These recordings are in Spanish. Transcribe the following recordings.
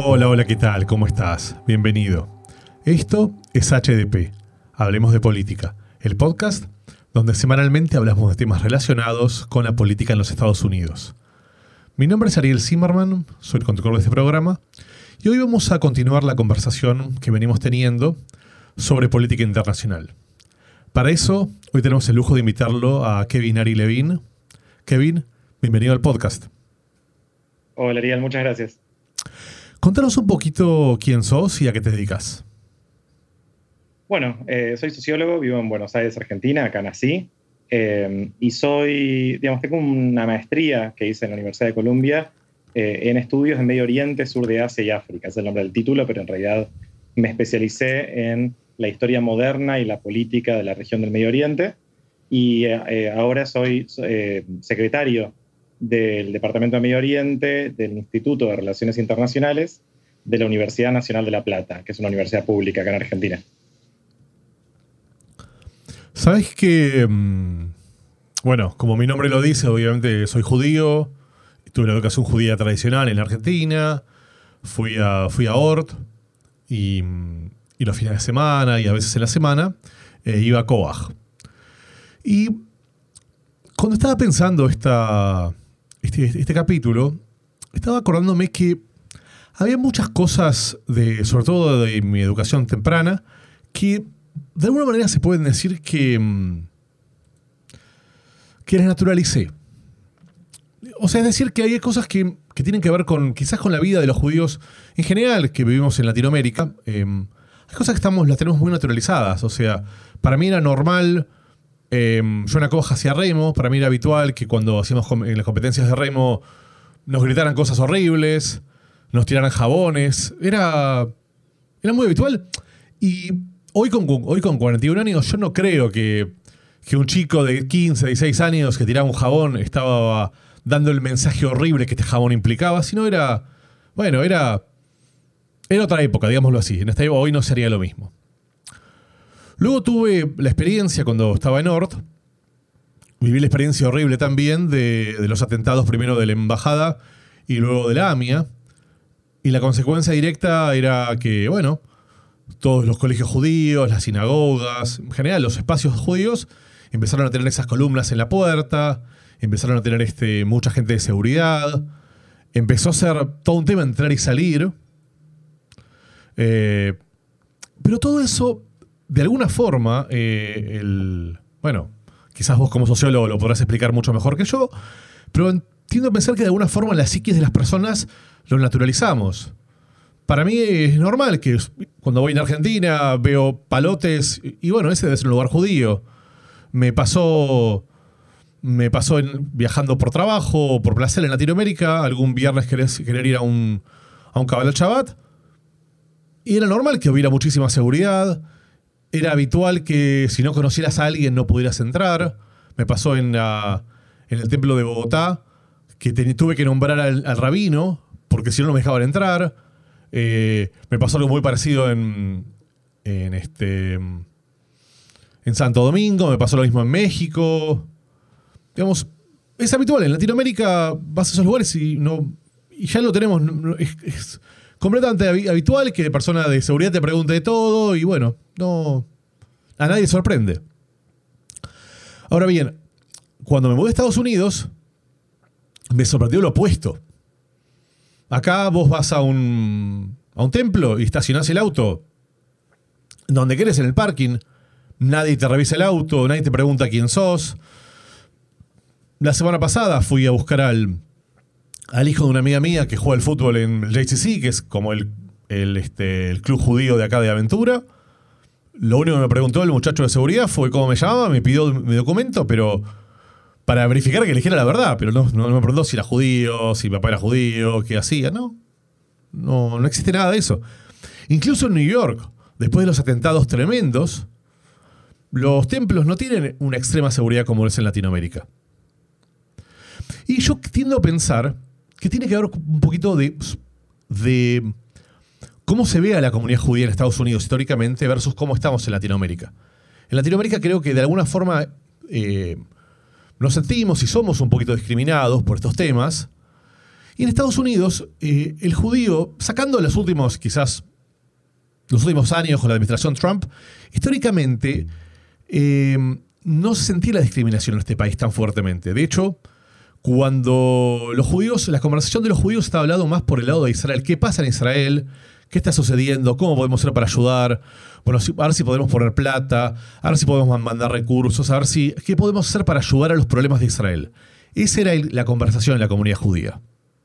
Hola, hola, ¿qué tal? ¿Cómo estás? Bienvenido. Esto es HDP, Hablemos de Política, el podcast donde semanalmente hablamos de temas relacionados con la política en los Estados Unidos. Mi nombre es Ariel Zimmerman, soy el conductor de este programa, y hoy vamos a continuar la conversación que venimos teniendo sobre política internacional. Para eso, hoy tenemos el lujo de invitarlo a Kevin Ari Levin. Kevin, bienvenido al podcast. Hola Ariel, muchas gracias. Contanos un poquito quién sos y a qué te dedicas. Bueno, soy sociólogo, vivo en Buenos Aires, Argentina, acá nací, y tengo una maestría que hice en la Universidad de Columbia en estudios de Medio Oriente, Sur de Asia y África. Es el nombre del título, pero en realidad me especialicé en la historia moderna y la política de la región del Medio Oriente, y ahora soy secretario del Departamento de Medio Oriente del Instituto de Relaciones Internacionales de la Universidad Nacional de La Plata, que es una universidad pública acá en Argentina. Sabes que, bueno, como mi nombre lo dice, obviamente soy judío, tuve la educación judía tradicional en la Argentina, fui a Ort y los fines de semana y a veces en la semana iba a Koach. Y cuando estaba pensando este capítulo, estaba acordándome que había muchas cosas, sobre todo de mi educación temprana, que de alguna manera se pueden decir que las naturalicé. O sea, es decir, que hay cosas que tienen que ver quizás con la vida de los judíos en general que vivimos en Latinoamérica. Hay cosas que las tenemos muy naturalizadas. O sea, para mí era normal. Yo en la Koach hacía remo. Para mí era habitual que cuando hacíamos en las competencias de remo nos gritaran cosas horribles, nos tiraran jabones. Era muy habitual. Y hoy con 41 años yo no creo que un chico de 15, 16 años que tiraba un jabón estaba dando el mensaje horrible que este jabón implicaba, sino era otra época, digámoslo así. En esta época hoy no sería lo mismo. Luego tuve la experiencia cuando estaba en Ort. Viví la experiencia horrible también de los atentados, primero de la embajada y luego de la AMIA. Y la consecuencia directa era que, todos los colegios judíos, las sinagogas, en general los espacios judíos, empezaron a tener esas columnas en la puerta, empezaron a tener mucha gente de seguridad, empezó a ser todo un tema entrar y salir. Pero todo eso, de alguna forma, quizás vos como sociólogo lo podrás explicar mucho mejor que yo, pero tiendo a pensar que de alguna forma la psiquis de las personas lo naturalizamos. Para mí es normal que cuando voy en Argentina veo palotes y ese debe ser un lugar judío. Me pasó viajando por trabajo o por placer en Latinoamérica, algún viernes querer ir a un Kabbalah Shabbat, y era normal que hubiera muchísima seguridad. Era habitual que si no conocieras a alguien no pudieras entrar. Me pasó en el templo de Bogotá que tuve que nombrar al rabino porque si no me dejaban entrar. Me pasó algo muy parecido en Santo Domingo, me pasó lo mismo en México. Digamos, es habitual. En Latinoamérica vas a esos lugares y ya lo tenemos. Es completamente habitual que la persona de seguridad te pregunte de todo y a nadie sorprende. Ahora bien, cuando me mudé a Estados Unidos, me sorprendió lo opuesto. Acá vos vas a un templo y estacionás el auto donde querés, en el parking. Nadie te revisa el auto, nadie te pregunta quién sos. La semana pasada fui a buscar al hijo de una amiga mía que juega al fútbol en el JCC, que es como el club judío de acá de Aventura. Lo único que me preguntó el muchacho de seguridad fue cómo me llamaba, me pidió mi documento, pero para verificar que le dijera la verdad, pero no me preguntó si era judío, si mi papá era judío, qué hacía, no existe nada de eso. Incluso en New York, después de los atentados tremendos, los templos no tienen una extrema seguridad como es en Latinoamérica. Y yo tiendo a pensar que tiene que ver un poquito de cómo se ve a la comunidad judía en Estados Unidos históricamente versus cómo estamos en Latinoamérica. En Latinoamérica creo que de alguna forma nos sentimos y somos un poquito discriminados por estos temas. Y en Estados Unidos, el judío, sacando los últimos años con la administración Trump, históricamente no se sentía la discriminación en este país tan fuertemente. De hecho, cuando la conversación de los judíos está hablando más por el lado de Israel. ¿Qué pasa en Israel? ¿Qué está sucediendo? ¿Cómo podemos hacer para ayudar? Bueno, a ver si podemos poner plata, a ver si podemos mandar recursos, a ver qué podemos hacer para ayudar a los problemas de Israel. Esa era la conversación en la comunidad judía.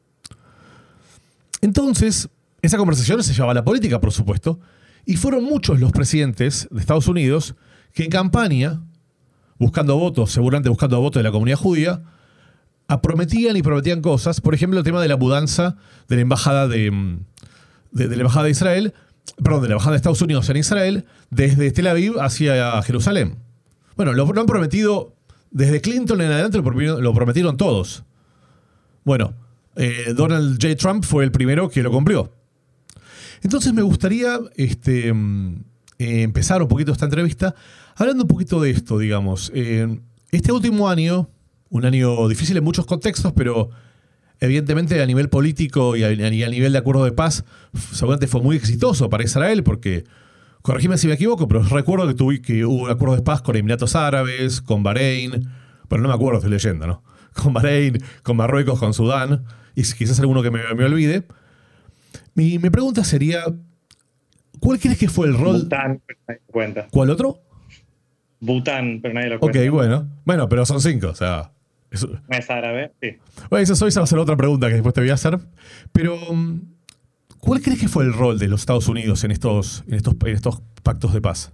Entonces, esa conversación se llevaba a la política, por supuesto, y fueron muchos los presidentes de Estados Unidos que en campaña, seguramente buscando votos de la comunidad judía, prometían cosas. Por ejemplo, el tema de la mudanza de la embajada de la embajada de Israel, perdón, de la embajada de Estados Unidos en Israel, desde Tel Aviv hacia Jerusalén. Bueno, lo han prometido desde Clinton en adelante, lo prometieron todos. Bueno, Donald J. Trump fue el primero que lo cumplió. Entonces me gustaría empezar un poquito esta entrevista hablando un poquito de esto, digamos. Este último año, un año difícil en muchos contextos, pero evidentemente a nivel político y a nivel de acuerdo de paz, seguramente fue muy exitoso para Israel, porque, corregime si me equivoco, pero recuerdo que hubo un acuerdo de paz con Emiratos Árabes, con Bahrein, pero no me acuerdo, estoy leyendo, ¿no? Con Bahrein, con Marruecos, con Sudán, y quizás alguno que me olvide. Mi pregunta sería, ¿cuál crees que fue el rol? Bután, pero nadie lo cuenta. ¿Cuál otro? Bután, pero nadie lo cuenta. Ok, bueno, pero son 5, o sea... ¿No es árabe? Sí. Bueno, esa va a ser otra pregunta que después te voy a hacer. Pero, ¿cuál crees que fue el rol de los Estados Unidos en estos pactos de paz?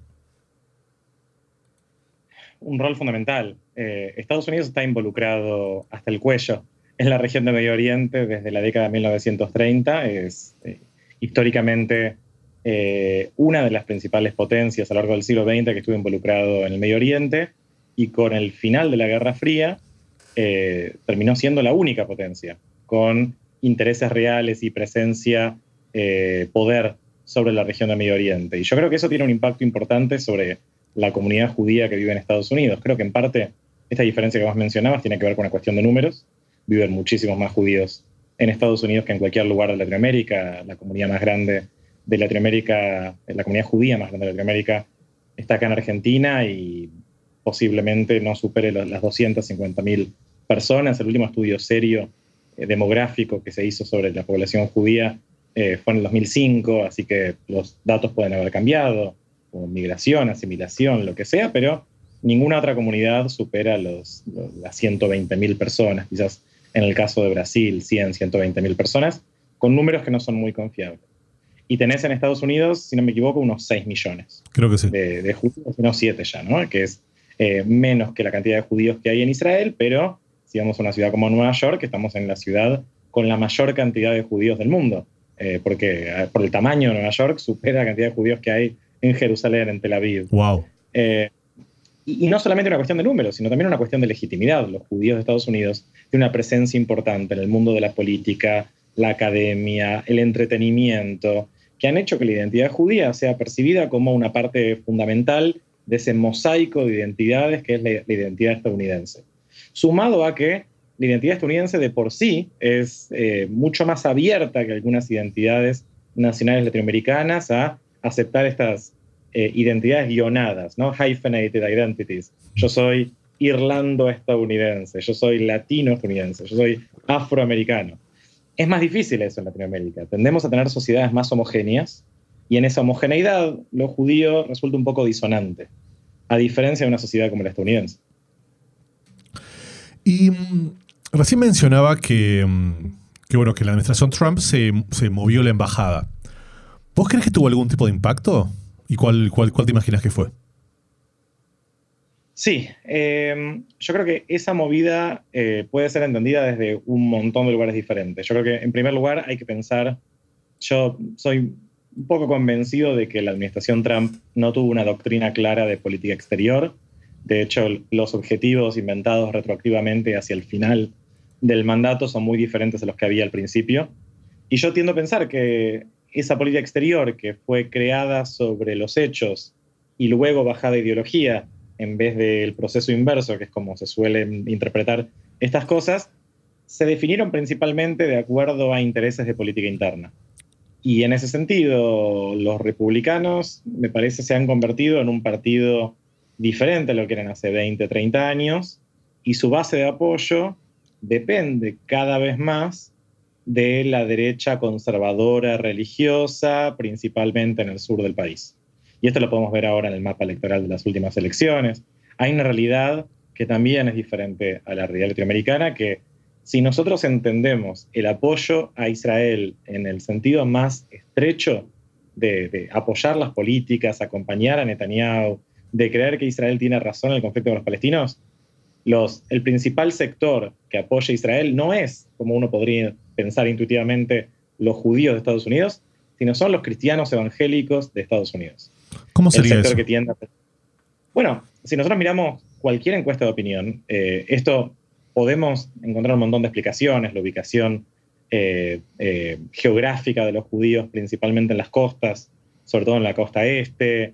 Un rol fundamental. Estados Unidos está involucrado hasta el cuello en la región de Medio Oriente desde la década de 1930. Es históricamente una de las principales potencias a lo largo del siglo XX que estuvo involucrado en el Medio Oriente, y con el final de la Guerra Fría terminó siendo la única potencia, con intereses reales y presencia, poder sobre la región de Medio Oriente. Y yo creo que eso tiene un impacto importante sobre la comunidad judía que vive en Estados Unidos. Creo que en parte esta diferencia que vos mencionabas tiene que ver con una cuestión de números. Viven muchísimos más judíos en Estados Unidos que en cualquier lugar de Latinoamérica. La comunidad más grande de Latinoamérica, la comunidad judía más grande de Latinoamérica, está acá en Argentina y posiblemente no supere las 250.000 personas. El último estudio serio demográfico que se hizo sobre la población judía fue en el 2005, así que los datos pueden haber cambiado, como migración, asimilación, lo que sea, pero ninguna otra comunidad supera las 120.000 personas, quizás en el caso de Brasil, 120.000 personas, con números que no son muy confiables. Y tenés en Estados Unidos, si no me equivoco, unos 6 millones. Creo que sí. De judíos, unos 7 ya, ¿no? Que es menos que la cantidad de judíos que hay en Israel, pero si vamos a una ciudad como Nueva York, estamos en la ciudad con la mayor cantidad de judíos del mundo, porque por el tamaño de Nueva York supera la cantidad de judíos que hay en Jerusalén, en Tel Aviv. Wow. Y no solamente una cuestión de números, sino también una cuestión de legitimidad. Los judíos de Estados Unidos tienen una presencia importante en el mundo de la política, la academia, el entretenimiento, que han hecho que la identidad judía sea percibida como una parte fundamental de ese mosaico de identidades que es la identidad estadounidense. Sumado a que la identidad estadounidense de por sí es mucho más abierta que algunas identidades nacionales latinoamericanas a aceptar estas identidades guionadas, ¿no? Hyphenated identities. Yo soy irlando-estadounidense, yo soy latino-estadounidense, yo soy afroamericano. Es más difícil eso en Latinoamérica. Tendemos a tener sociedades más homogéneas y en esa homogeneidad lo judío resulta un poco disonante, a diferencia de una sociedad como la estadounidense. Y recién mencionaba que la administración Trump se movió la embajada. ¿Vos crees que tuvo algún tipo de impacto? ¿Y cuál te imaginas que fue? Sí, yo creo que esa movida puede ser entendida desde un montón de lugares diferentes. Yo creo que en primer lugar hay que pensar, yo soy un poco convencido de que la administración Trump no tuvo una doctrina clara de política exterior. De hecho, los objetivos inventados retroactivamente hacia el final del mandato son muy diferentes a los que había al principio. Y yo tiendo a pensar que esa política exterior que fue creada sobre los hechos y luego bajada a ideología, en vez del proceso inverso, que es como se suelen interpretar estas cosas, se definieron principalmente de acuerdo a intereses de política interna. Y en ese sentido, los republicanos, me parece, se han convertido en un partido diferente a lo que eran hace 20, 30 años, y su base de apoyo depende cada vez más de la derecha conservadora religiosa, principalmente en el sur del país. Y esto lo podemos ver ahora en el mapa electoral de las últimas elecciones. Hay una realidad que también es diferente a la realidad latinoamericana, que si nosotros entendemos el apoyo a Israel en el sentido más estrecho de apoyar las políticas, acompañar a Netanyahu, de creer que Israel tiene razón en el conflicto con los palestinos, el principal sector que apoya a Israel no es, como uno podría pensar intuitivamente, los judíos de Estados Unidos, sino son los cristianos evangélicos de Estados Unidos. ¿Cómo sería eso? Bueno, si nosotros miramos cualquier encuesta de opinión, esto podemos encontrar un montón de explicaciones, la ubicación geográfica de los judíos, principalmente en las costas, sobre todo en la costa este,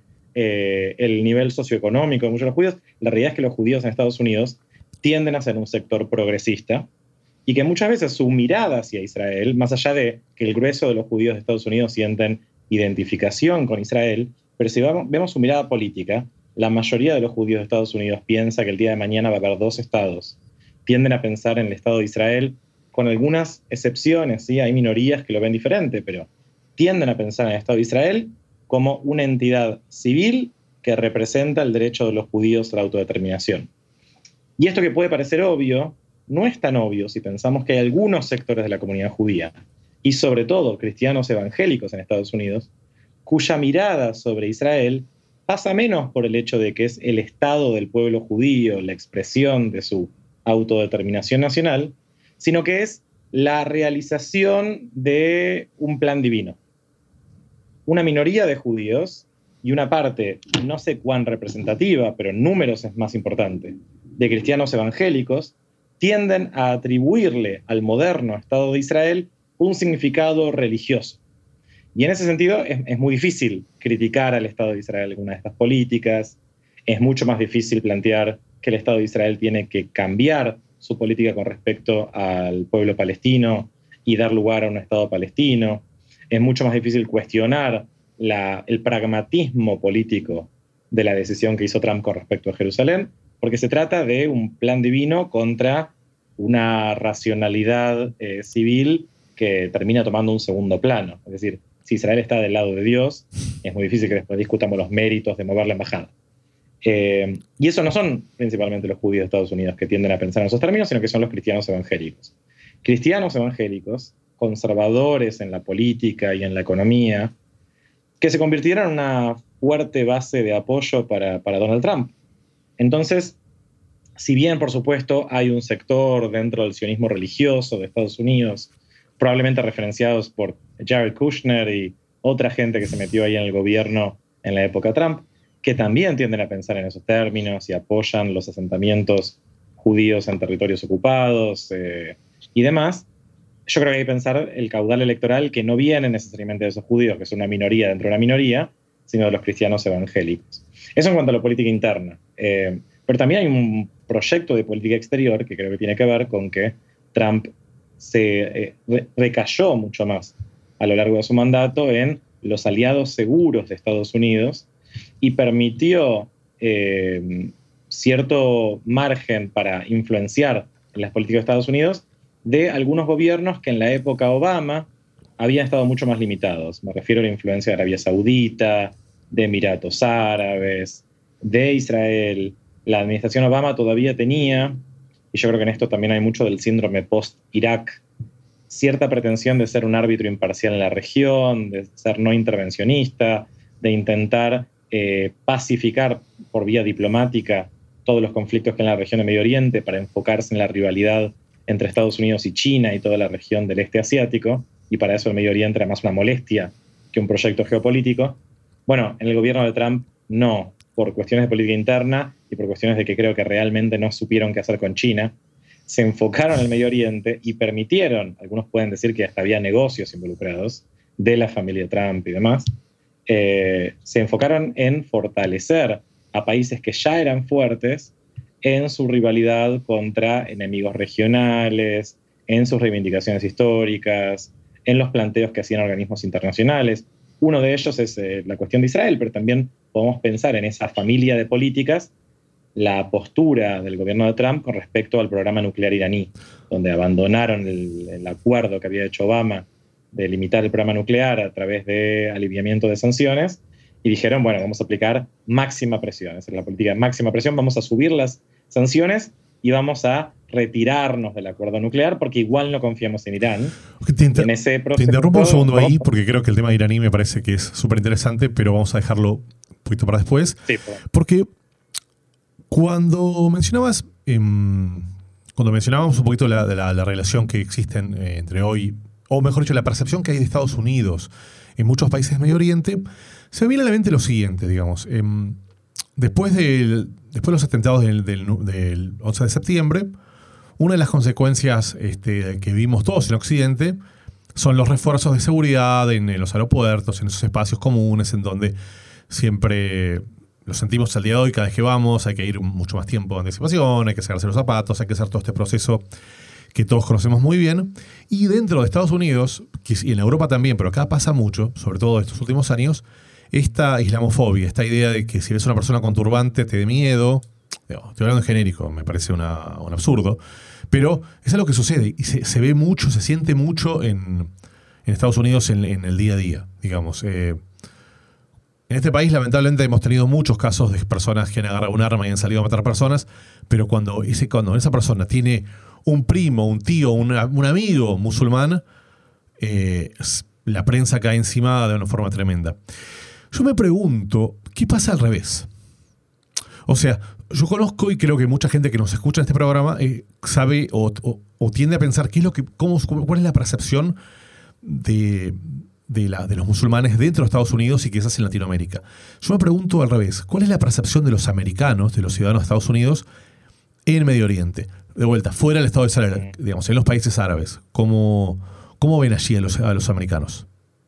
el nivel socioeconómico de muchos de los judíos. La realidad es que los judíos en Estados Unidos tienden a ser un sector progresista y que muchas veces su mirada hacia Israel, más allá de que el grueso de los judíos de Estados Unidos sienten identificación con Israel, pero si vemos su mirada política, la mayoría de los judíos de Estados Unidos piensa que el día de mañana va a haber dos estados. Tienden a pensar en el Estado de Israel, con algunas excepciones, ¿sí? Hay minorías que lo ven diferente, pero tienden a pensar en el Estado de Israel como una entidad civil que representa el derecho de los judíos a la autodeterminación. Y esto que puede parecer obvio, no es tan obvio si pensamos que hay algunos sectores de la comunidad judía, y sobre todo cristianos evangélicos en Estados Unidos, cuya mirada sobre Israel pasa menos por el hecho de que es el Estado del pueblo judío, la expresión de su autodeterminación nacional, sino que es la realización de un plan divino. Una minoría de judíos y una parte, no sé cuán representativa, pero en números es más importante, de cristianos evangélicos, tienden a atribuirle al moderno Estado de Israel un significado religioso. Y en ese sentido es muy difícil criticar al Estado de Israel alguna de estas políticas, es mucho más difícil plantear que el Estado de Israel tiene que cambiar su política con respecto al pueblo palestino y dar lugar a un Estado palestino. Es mucho más difícil cuestionar el pragmatismo político de la decisión que hizo Trump con respecto a Jerusalén, porque se trata de un plan divino contra una racionalidad civil que termina tomando un segundo plano. Es decir, si Israel está del lado de Dios, es muy difícil que después discutamos los méritos de mover la embajada. Y eso no son principalmente los judíos de Estados Unidos que tienden a pensar en esos términos, sino que son los cristianos evangélicos. Cristianos evangélicos, conservadores en la política y en la economía, que se convirtieron en una fuerte base de apoyo para Donald Trump. Entonces, si bien, por supuesto, hay un sector dentro del sionismo religioso de Estados Unidos, probablemente referenciados por Jared Kushner y otra gente que se metió ahí en el gobierno en la época Trump, que también tienden a pensar en esos términos y apoyan los asentamientos judíos en territorios ocupados y demás, yo creo que hay que pensar el caudal electoral que no viene necesariamente de esos judíos, que son una minoría dentro de una minoría, sino de los cristianos evangélicos. Eso en cuanto a la política interna. Pero también hay un proyecto de política exterior que creo que tiene que ver con que Trump se recayó mucho más a lo largo de su mandato en los aliados seguros de Estados Unidos y permitió cierto margen para influenciar en las políticas de Estados Unidos de algunos gobiernos que en la época Obama habían estado mucho más limitados. Me refiero a la influencia de Arabia Saudita, de Emiratos Árabes, de Israel. La administración Obama todavía tenía, y yo creo que en esto también hay mucho del síndrome post-Irak, cierta pretensión de ser un árbitro imparcial en la región, de ser no intervencionista, de intentar pacificar por vía diplomática todos los conflictos que hay en la región de Medio Oriente para enfocarse en la rivalidad entre Estados Unidos y China y toda la región del este asiático, y para eso el Medio Oriente era más una molestia que un proyecto geopolítico. Bueno, en el gobierno de Trump no, por cuestiones de política interna y por cuestiones de que creo que realmente no supieron qué hacer con China, se enfocaron en el Medio Oriente y permitieron, algunos pueden decir que hasta había negocios involucrados de la familia Trump y demás, se enfocaron en fortalecer a países que ya eran fuertes en su rivalidad contra enemigos regionales, en sus reivindicaciones históricas, en los planteos que hacían organismos internacionales. Uno de ellos es la cuestión de Israel, pero también podemos pensar en esa familia de políticas la postura del gobierno de Trump con respecto al programa nuclear iraní, donde abandonaron el acuerdo que había hecho Obama de limitar el programa nuclear a través de aliviamiento de sanciones, y dijeron, bueno, vamos a aplicar máxima presión, esa es la política de máxima presión, vamos a subir las sanciones y vamos a retirarnos del acuerdo nuclear porque igual no confiamos en Irán. En ese proceso, te interrumpo un segundo ahí porque creo que el tema iraní me parece que es súper interesante, pero vamos a dejarlo un poquito para después. Sí, porque cuando mencionábamos un poquito la relación que existe entre hoy, o mejor dicho, la percepción que hay de Estados Unidos en muchos países de Medio Oriente, se me viene a la mente lo siguiente, digamos. Después de los atentados del 11 de septiembre, una de las consecuencias que vimos todos en Occidente son los refuerzos de seguridad en los aeropuertos, en esos espacios comunes, en donde siempre lo sentimos al día de hoy, cada vez que vamos, hay que ir mucho más tiempo de anticipación, hay que sacarse los zapatos, hay que hacer todo este proceso que todos conocemos muy bien. Y dentro de Estados Unidos, y en Europa también, pero acá pasa mucho, sobre todo estos últimos años, esta islamofobia, esta idea de que si ves a una persona con turbante te dé miedo. Estoy hablando en genérico, me parece un absurdo, pero es algo que sucede y se ve mucho, se siente mucho en Estados Unidos en el día a día, digamos. En este país, lamentablemente, hemos tenido muchos casos de personas que han agarrado un arma y han salido a matar personas, pero cuando esa persona tiene un primo, un tío, un amigo musulmán, la prensa cae encima de una forma tremenda. Yo me pregunto, ¿qué pasa al revés? O sea, yo conozco y creo que mucha gente que nos escucha en este programa sabe o tiende a pensar cuál es la percepción de los musulmanes dentro de Estados Unidos y quizás en Latinoamérica. Yo me pregunto al revés, ¿cuál es la percepción de los americanos, de los ciudadanos de Estados Unidos en Medio Oriente? De vuelta, fuera del Estado de Israel, digamos, en los países árabes. ¿Cómo ven allí a los americanos?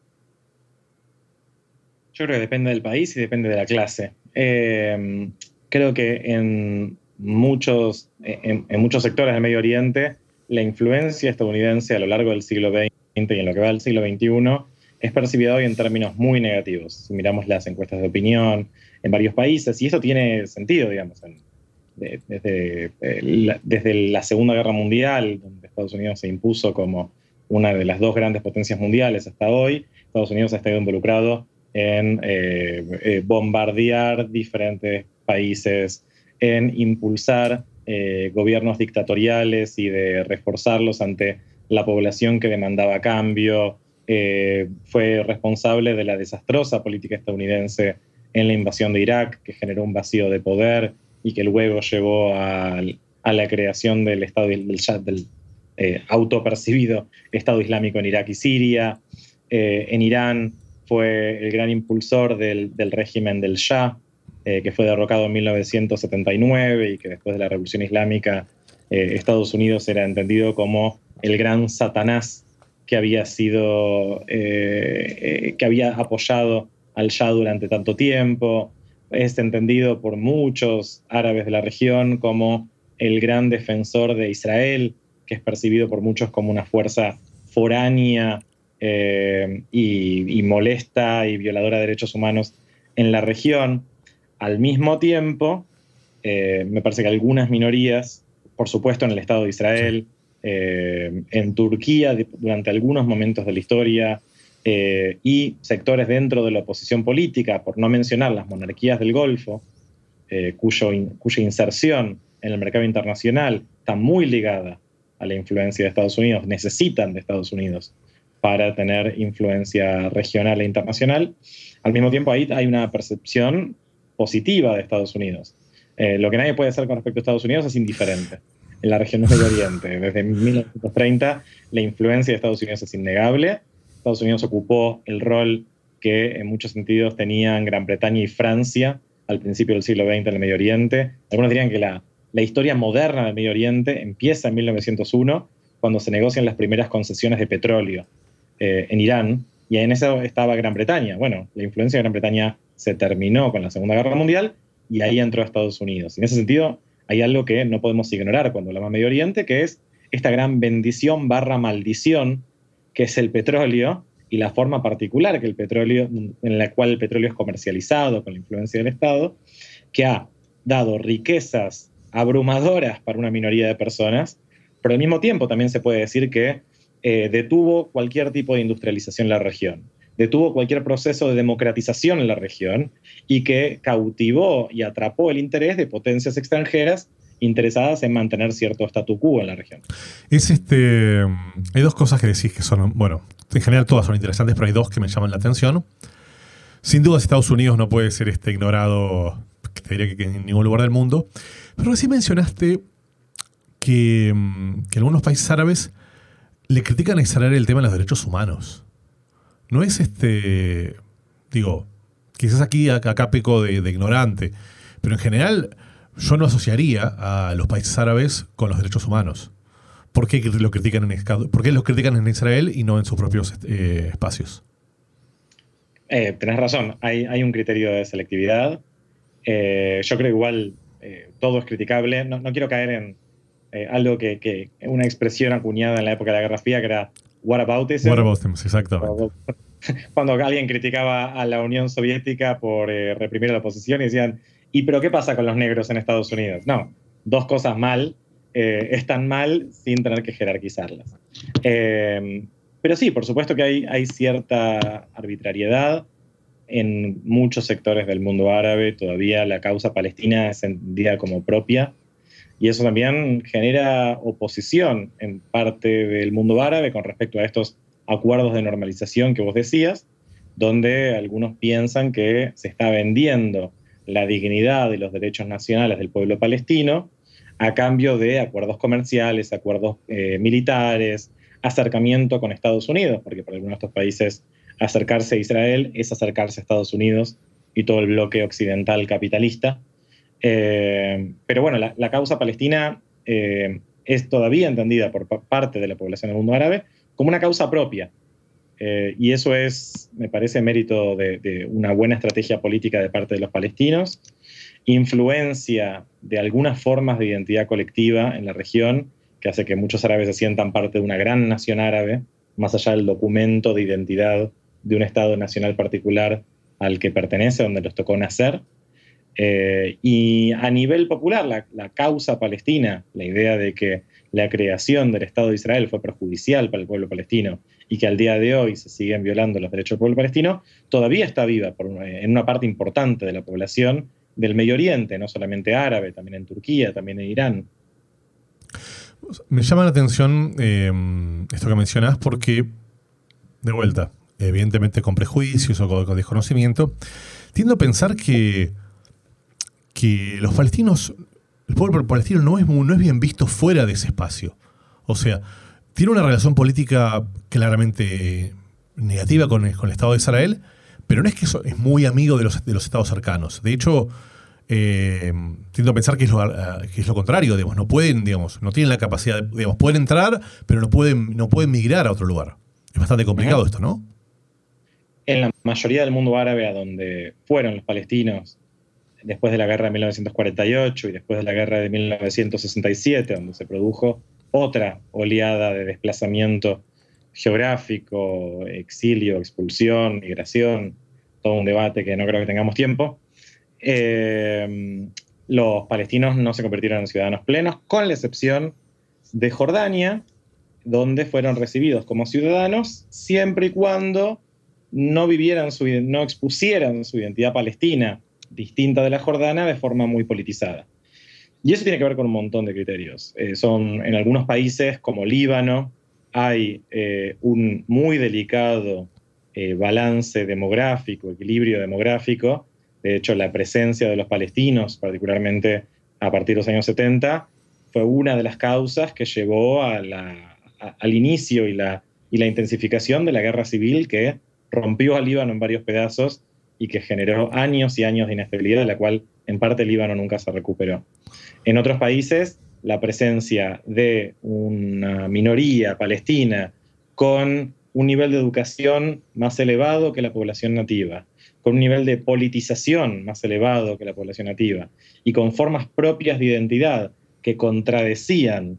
Yo creo que depende del país y depende de la clase. Creo que en muchos sectores del Medio Oriente la influencia estadounidense a lo largo del siglo XX y en lo que va del siglo XXI es percibida hoy en términos muy negativos. Si miramos las encuestas de opinión en varios países, y esto tiene sentido, digamos, desde la Segunda Guerra Mundial, donde Estados Unidos se impuso como una de las dos grandes potencias mundiales hasta hoy, Estados Unidos ha estado involucrado en bombardear diferentes países, en impulsar gobiernos dictatoriales y de reforzarlos ante la población que demandaba cambio. Fue responsable de la desastrosa política estadounidense en la invasión de Irak, que generó un vacío de poder y que luego llevó a la creación del Estado del autopercibido Estado Islámico en Irak y Siria. En Irán fue el gran impulsor del régimen del Shah, que fue derrocado en 1979 y que después de la Revolución Islámica Estados Unidos era entendido como el gran Satanás que había apoyado al Shah durante tanto tiempo. Es entendido por muchos árabes de la región como el gran defensor de Israel, que es percibido por muchos como una fuerza foránea y molesta y violadora de derechos humanos en la región. Al mismo tiempo, me parece que algunas minorías, por supuesto en el Estado de Israel, en Turquía durante algunos momentos de la historia, y sectores dentro de la oposición política, por no mencionar las monarquías del Golfo, cuya inserción en el mercado internacional está muy ligada a la influencia de Estados Unidos, necesitan de Estados Unidos para tener influencia regional e internacional. Al mismo tiempo, ahí hay una percepción positiva de Estados Unidos. Lo que nadie puede hacer con respecto a Estados Unidos es indiferente. En la región del Medio Oriente, desde 1930, la influencia de Estados Unidos es innegable. Estados Unidos ocupó el rol que en muchos sentidos tenían Gran Bretaña y Francia al principio del siglo XX en el Medio Oriente. Algunos dirían que la historia moderna del Medio Oriente empieza en 1901, cuando se negocian las primeras concesiones de petróleo en Irán, y en eso estaba Gran Bretaña. Bueno, la influencia de Gran Bretaña se terminó con la Segunda Guerra Mundial y ahí entró Estados Unidos. En ese sentido, hay algo que no podemos ignorar cuando hablamos de Medio Oriente, que es esta gran bendición barra maldición que es el petróleo y la forma particular que el petróleo, en la cual el petróleo es comercializado con la influencia del Estado, que ha dado riquezas abrumadoras para una minoría de personas, pero al mismo tiempo también se puede decir que detuvo cualquier tipo de industrialización en la región, detuvo cualquier proceso de democratización en la región y que cautivó y atrapó el interés de potencias extranjeras interesadas en mantener cierto statu quo en la región. Hay dos cosas que decís que son, bueno, en general todas son interesantes, pero hay dos que me llaman la atención. Sin duda Estados Unidos no puede ser ignorado, te diría que en ningún lugar del mundo, pero recién mencionaste que algunos países árabes le critican a Israel el tema de los derechos humanos. No es digo, quizás aquí acá peco de ignorante, pero en general yo no asociaría a los países árabes con los derechos humanos. ¿Por qué lo critican en Israel y no en sus propios espacios? Tenés razón, hay un criterio de selectividad. Yo creo igual todo es criticable. No quiero caer en algo que una expresión acuñada en la época de la Guerra Fría, que era whataboutism. Whataboutism, exactamente. Cuando alguien criticaba a la Unión Soviética por reprimir a la oposición y decían, ¿y pero qué pasa con los negros en Estados Unidos? No, dos cosas mal, están mal sin tener que jerarquizarlas. Pero sí, por supuesto que hay cierta arbitrariedad en muchos sectores del mundo árabe. Todavía la causa palestina es entendida como propia y eso también genera oposición en parte del mundo árabe con respecto a estos acuerdos de normalización que vos decías, donde algunos piensan que se está vendiendo la dignidad y los derechos nacionales del pueblo palestino a cambio de acuerdos comerciales, acuerdos militares, acercamiento con Estados Unidos, porque para algunos de estos países acercarse a Israel es acercarse a Estados Unidos y todo el bloque occidental capitalista. Pero bueno, la causa palestina es todavía entendida por parte de la población del mundo árabe como una causa propia. Y eso es, me parece, mérito de una buena estrategia política de parte de los palestinos, influencia de algunas formas de identidad colectiva en la región, que hace que muchos árabes se sientan parte de una gran nación árabe, más allá del documento de identidad de un Estado nacional particular al que pertenece, donde les tocó nacer. Y a nivel popular, la causa palestina, la idea de que la creación del Estado de Israel fue perjudicial para el pueblo palestino y que al día de hoy se siguen violando los derechos del pueblo palestino, todavía está viva en una parte importante de la población del Medio Oriente, no solamente árabe, también en Turquía, también en Irán. Me llama la atención esto que mencionás porque, de vuelta, evidentemente con prejuicios o con desconocimiento, tiendo a pensar que los palestinos, el pueblo palestino no es bien visto fuera de ese espacio. O sea, tiene una relación política claramente negativa con el Estado de Israel, pero no es que es muy amigo de los estados cercanos. De hecho, tiendo a pensar que es lo contrario, digamos, no pueden, digamos, no tienen la capacidad, digamos, pueden entrar, pero no pueden migrar a otro lugar. Es bastante complicado esto, ¿no? En la mayoría del mundo árabe a donde fueron los palestinos después de la guerra de 1948 y después de la guerra de 1967, donde se produjo otra oleada de desplazamiento geográfico, exilio, expulsión, migración, todo un debate que no creo que tengamos tiempo. Los palestinos no se convirtieron en ciudadanos plenos, con la excepción de Jordania, donde fueron recibidos como ciudadanos siempre y cuando no expusieran su identidad palestina distinta de la jordana de forma muy politizada. Y eso tiene que ver con un montón de criterios. En algunos países como Líbano hay un muy delicado balance demográfico, equilibrio demográfico. De hecho, la presencia de los palestinos, particularmente a partir de los años 70, fue una de las causas que llevó al inicio y la intensificación de la guerra civil que rompió al Líbano en varios pedazos y que generó años y años de inestabilidad, de la cual en parte el Líbano nunca se recuperó. En otros países, la presencia de una minoría palestina con un nivel de educación más elevado que la población nativa, con un nivel de politización más elevado que la población nativa y con formas propias de identidad que contradecían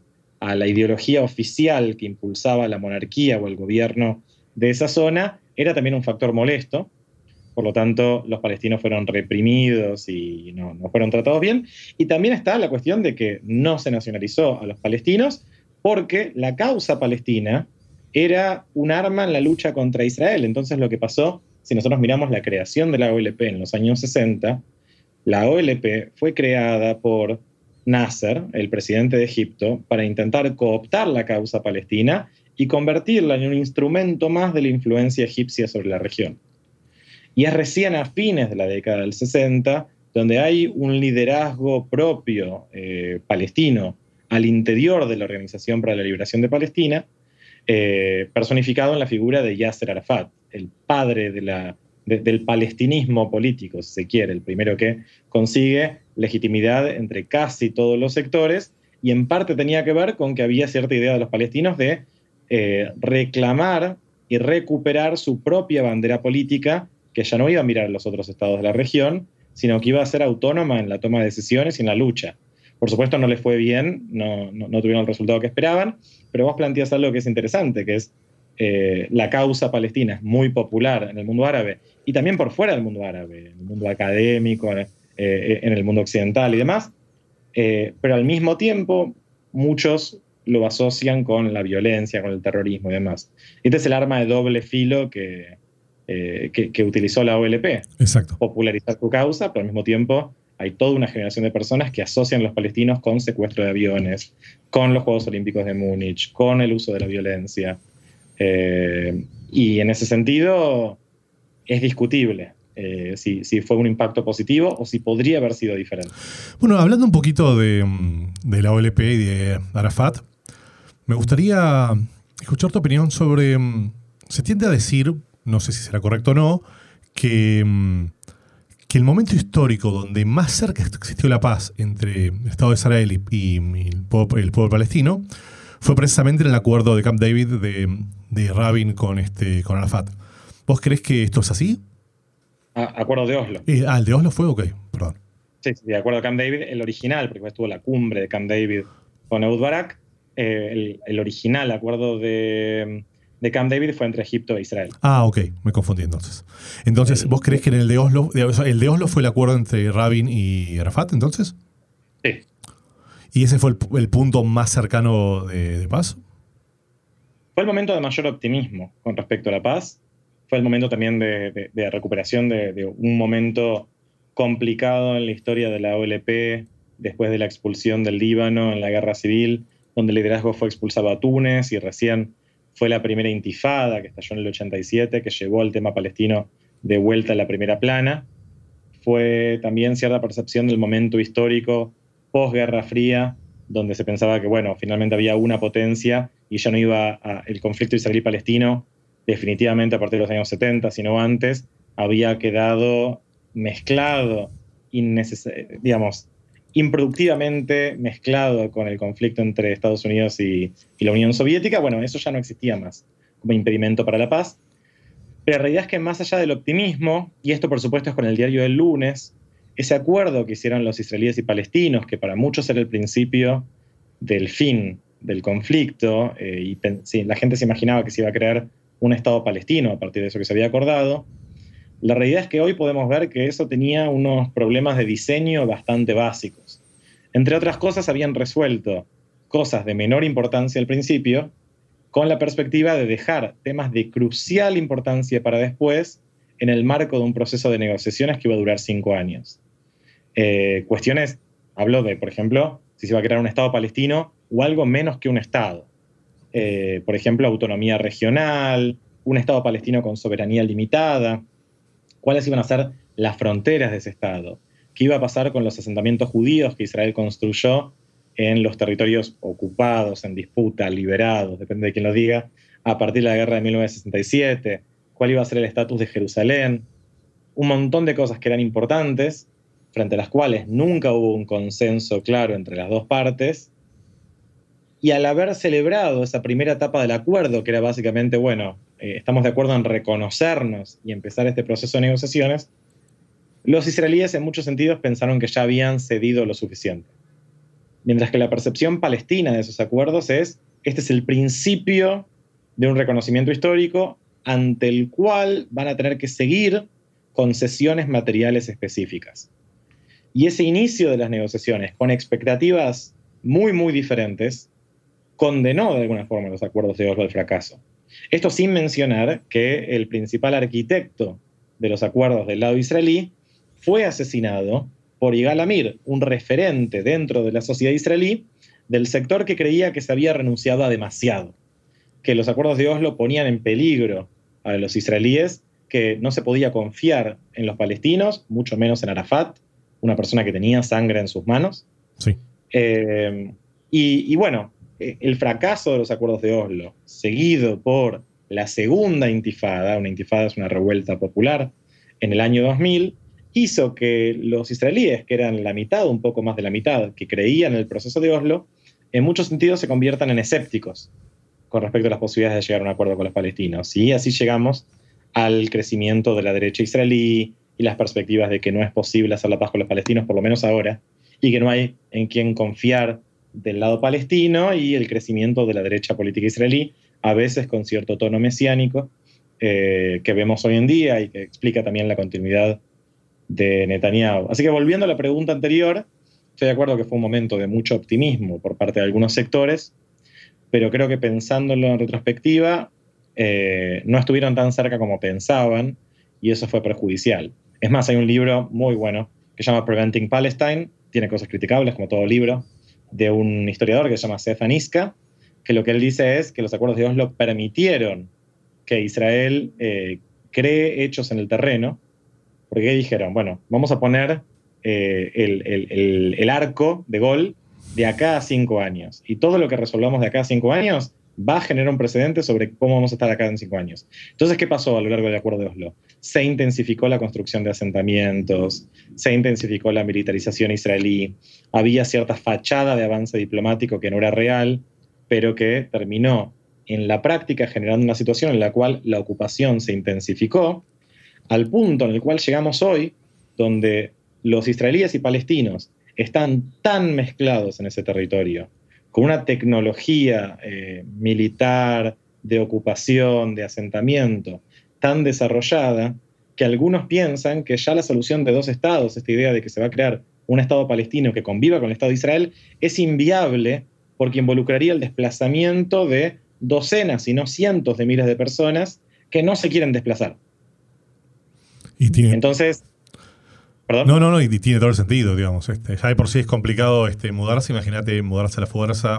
a la ideología oficial que impulsaba la monarquía o el gobierno de esa zona, era también un factor molesto. Por lo tanto, los palestinos fueron reprimidos y no fueron tratados bien. Y también está la cuestión de que no se nacionalizó a los palestinos porque la causa palestina era un arma en la lucha contra Israel. Entonces lo que pasó, si nosotros miramos la creación de la OLP en los años 60, la OLP fue creada por Nasser, el presidente de Egipto, para intentar cooptar la causa palestina y convertirla en un instrumento más de la influencia egipcia sobre la región. Y es recién a fines de la década del 60 donde hay un liderazgo propio palestino al interior de la Organización para la Liberación de Palestina, personificado en la figura de Yasser Arafat, el padre del palestinismo político, si se quiere, el primero que consigue legitimidad entre casi todos los sectores, y en parte tenía que ver con que había cierta idea de los palestinos de reclamar y recuperar su propia bandera política, que ya no iba a mirar a los otros estados de la región, sino que iba a ser autónoma en la toma de decisiones y en la lucha. Por supuesto no les fue bien, no tuvieron el resultado que esperaban, pero vos planteas algo que es interesante, que es la causa palestina es muy popular en el mundo árabe y también por fuera del mundo árabe, en el mundo académico, en el mundo occidental y demás, pero al mismo tiempo muchos lo asocian con la violencia, con el terrorismo y demás. Este es el arma de doble filo que utilizó la OLP. Exacto. Popularizar su causa, pero al mismo tiempo hay toda una generación de personas que asocian a los palestinos con secuestro de aviones, con los Juegos Olímpicos de Múnich, con el uso de la violencia. Y en ese sentido es discutible si fue un impacto positivo o si podría haber sido diferente. Bueno, hablando un poquito de la OLP y de Arafat, me gustaría escuchar tu opinión sobre... se tiende a decir, no sé si será correcto o no, que el momento histórico donde más cerca existió la paz entre el Estado de Israel y el pueblo palestino fue precisamente en el acuerdo de Camp David de Rabin con Arafat. ¿Vos creés que esto es así? Acuerdo de Oslo. ¿El de Oslo fue? Ok, perdón. Sí, de acuerdo a Camp David, el original, porque estuvo la cumbre de Camp David con Ehud Barak, el original acuerdo de Camp David fue entre Egipto e Israel. Ah, ok, me confundí entonces. Entonces, ¿vos creés que en el de Oslo fue el acuerdo entre Rabin y Arafat, entonces? Sí. ¿Y ese fue el punto más cercano de paz? Fue el momento de mayor optimismo con respecto a la paz. Fue el momento también de recuperación de un momento complicado en la historia de la OLP, después de la expulsión del Líbano en la guerra civil, donde el liderazgo fue expulsado a Túnez y recién fue la primera intifada que estalló en el 87, que llevó al tema palestino de vuelta a la primera plana. Fue también cierta percepción del momento histórico post-Guerra Fría, donde se pensaba que, bueno, finalmente había una potencia y ya no iba el conflicto israelí-palestino definitivamente a partir de los años 70, sino antes, había quedado mezclado, improductivamente mezclado con el conflicto entre Estados Unidos y la Unión Soviética. Bueno, eso ya no existía más como impedimento para la paz. Pero la realidad es que más allá del optimismo, y esto por supuesto es con el diario del lunes, ese acuerdo que hicieron los israelíes y palestinos, que para muchos era el principio del fin del conflicto, la gente se imaginaba que se iba a crear un Estado palestino a partir de eso que se había acordado. La realidad es que hoy podemos ver que eso tenía unos problemas de diseño bastante básicos. Entre otras cosas, habían resuelto cosas de menor importancia al principio, con la perspectiva de dejar temas de crucial importancia para después en el marco de un proceso de negociaciones que iba a durar 5 años. Cuestiones, habló de, por ejemplo, si se iba a crear un Estado palestino o algo menos que un Estado. Por ejemplo, autonomía regional, un Estado palestino con soberanía limitada, cuáles iban a ser las fronteras de ese Estado, qué iba a pasar con los asentamientos judíos que Israel construyó en los territorios ocupados, en disputa, liberados, depende de quién lo diga, a partir de la guerra de 1967, cuál iba a ser el estatus de Jerusalén, un montón de cosas que eran importantes, frente a las cuales nunca hubo un consenso claro entre las dos partes. Y al haber celebrado esa primera etapa del acuerdo, que era básicamente, bueno, estamos de acuerdo en reconocernos y empezar este proceso de negociaciones, los israelíes en muchos sentidos pensaron que ya habían cedido lo suficiente. mientras que la percepción palestina de esos acuerdos es: este es el principio de un reconocimiento histórico ante el cual van a tener que seguir concesiones materiales específicas. Y ese inicio de las negociaciones, con expectativas muy, muy diferentes, condenó de alguna forma los acuerdos de Oslo al fracaso. Esto sin mencionar que el principal arquitecto de los acuerdos del lado israelí fue asesinado por Yigal Amir, un referente dentro de la sociedad israelí del sector que creía que se había renunciado a demasiado, que los acuerdos de Oslo ponían en peligro a los israelíes, que no se podía confiar en los palestinos, mucho menos en Arafat, una persona que tenía sangre en sus manos. Sí. Y bueno, el fracaso de los acuerdos de Oslo, seguido por la segunda intifada, una intifada es una revuelta popular, en el año 2000, hizo que los israelíes, que eran la mitad, un poco más de la mitad, que creían en el proceso de Oslo, en muchos sentidos se conviertan en escépticos con respecto a las posibilidades de llegar a un acuerdo con los palestinos. Y así llegamos al crecimiento de la derecha israelí y las perspectivas de que no es posible hacer la paz con los palestinos, por lo menos ahora, y que no hay en quién confiar del lado palestino, y el crecimiento de la derecha política israelí, a veces con cierto tono mesiánico, que vemos hoy en día y que explica también la continuidad de Netanyahu. Así que, volviendo a la pregunta anterior, estoy de acuerdo que fue un momento de mucho optimismo por parte de algunos sectores, pero creo que pensándolo en retrospectiva, no estuvieron tan cerca como pensaban, y eso fue perjudicial. Es más, hay un libro muy bueno que se llama Preventing Palestine, tiene cosas criticables como todo libro, de un historiador que se llama Seth Aniska, que lo que él dice es que los acuerdos de Oslo permitieron que Israel cree hechos en el terreno, porque dijeron, bueno, vamos a poner el arco de gol de acá a 5 años, y todo lo que resolvamos de acá a 5 años va a generar un precedente sobre cómo vamos a estar acá en 5 años. Entonces, ¿qué pasó a lo largo del acuerdo de Oslo? Se intensificó la construcción de asentamientos, se intensificó la militarización israelí, había cierta fachada de avance diplomático que no era real, pero que terminó en la práctica generando una situación en la cual la ocupación se intensificó, al punto en el cual llegamos hoy, donde los israelíes y palestinos están tan mezclados en ese territorio, con una tecnología militar, de ocupación, de asentamiento, tan desarrollada, que algunos piensan que ya la solución de 2 estados, esta idea de que se va a crear un estado palestino que conviva con el Estado de Israel, es inviable porque involucraría el desplazamiento de docenas, si no cientos de miles de personas que no se quieren desplazar. Entonces, ¿perdón? No, y tiene todo el sentido, digamos. Ya de por sí es complicado mudarse. Imagínate mudarse a la fuerza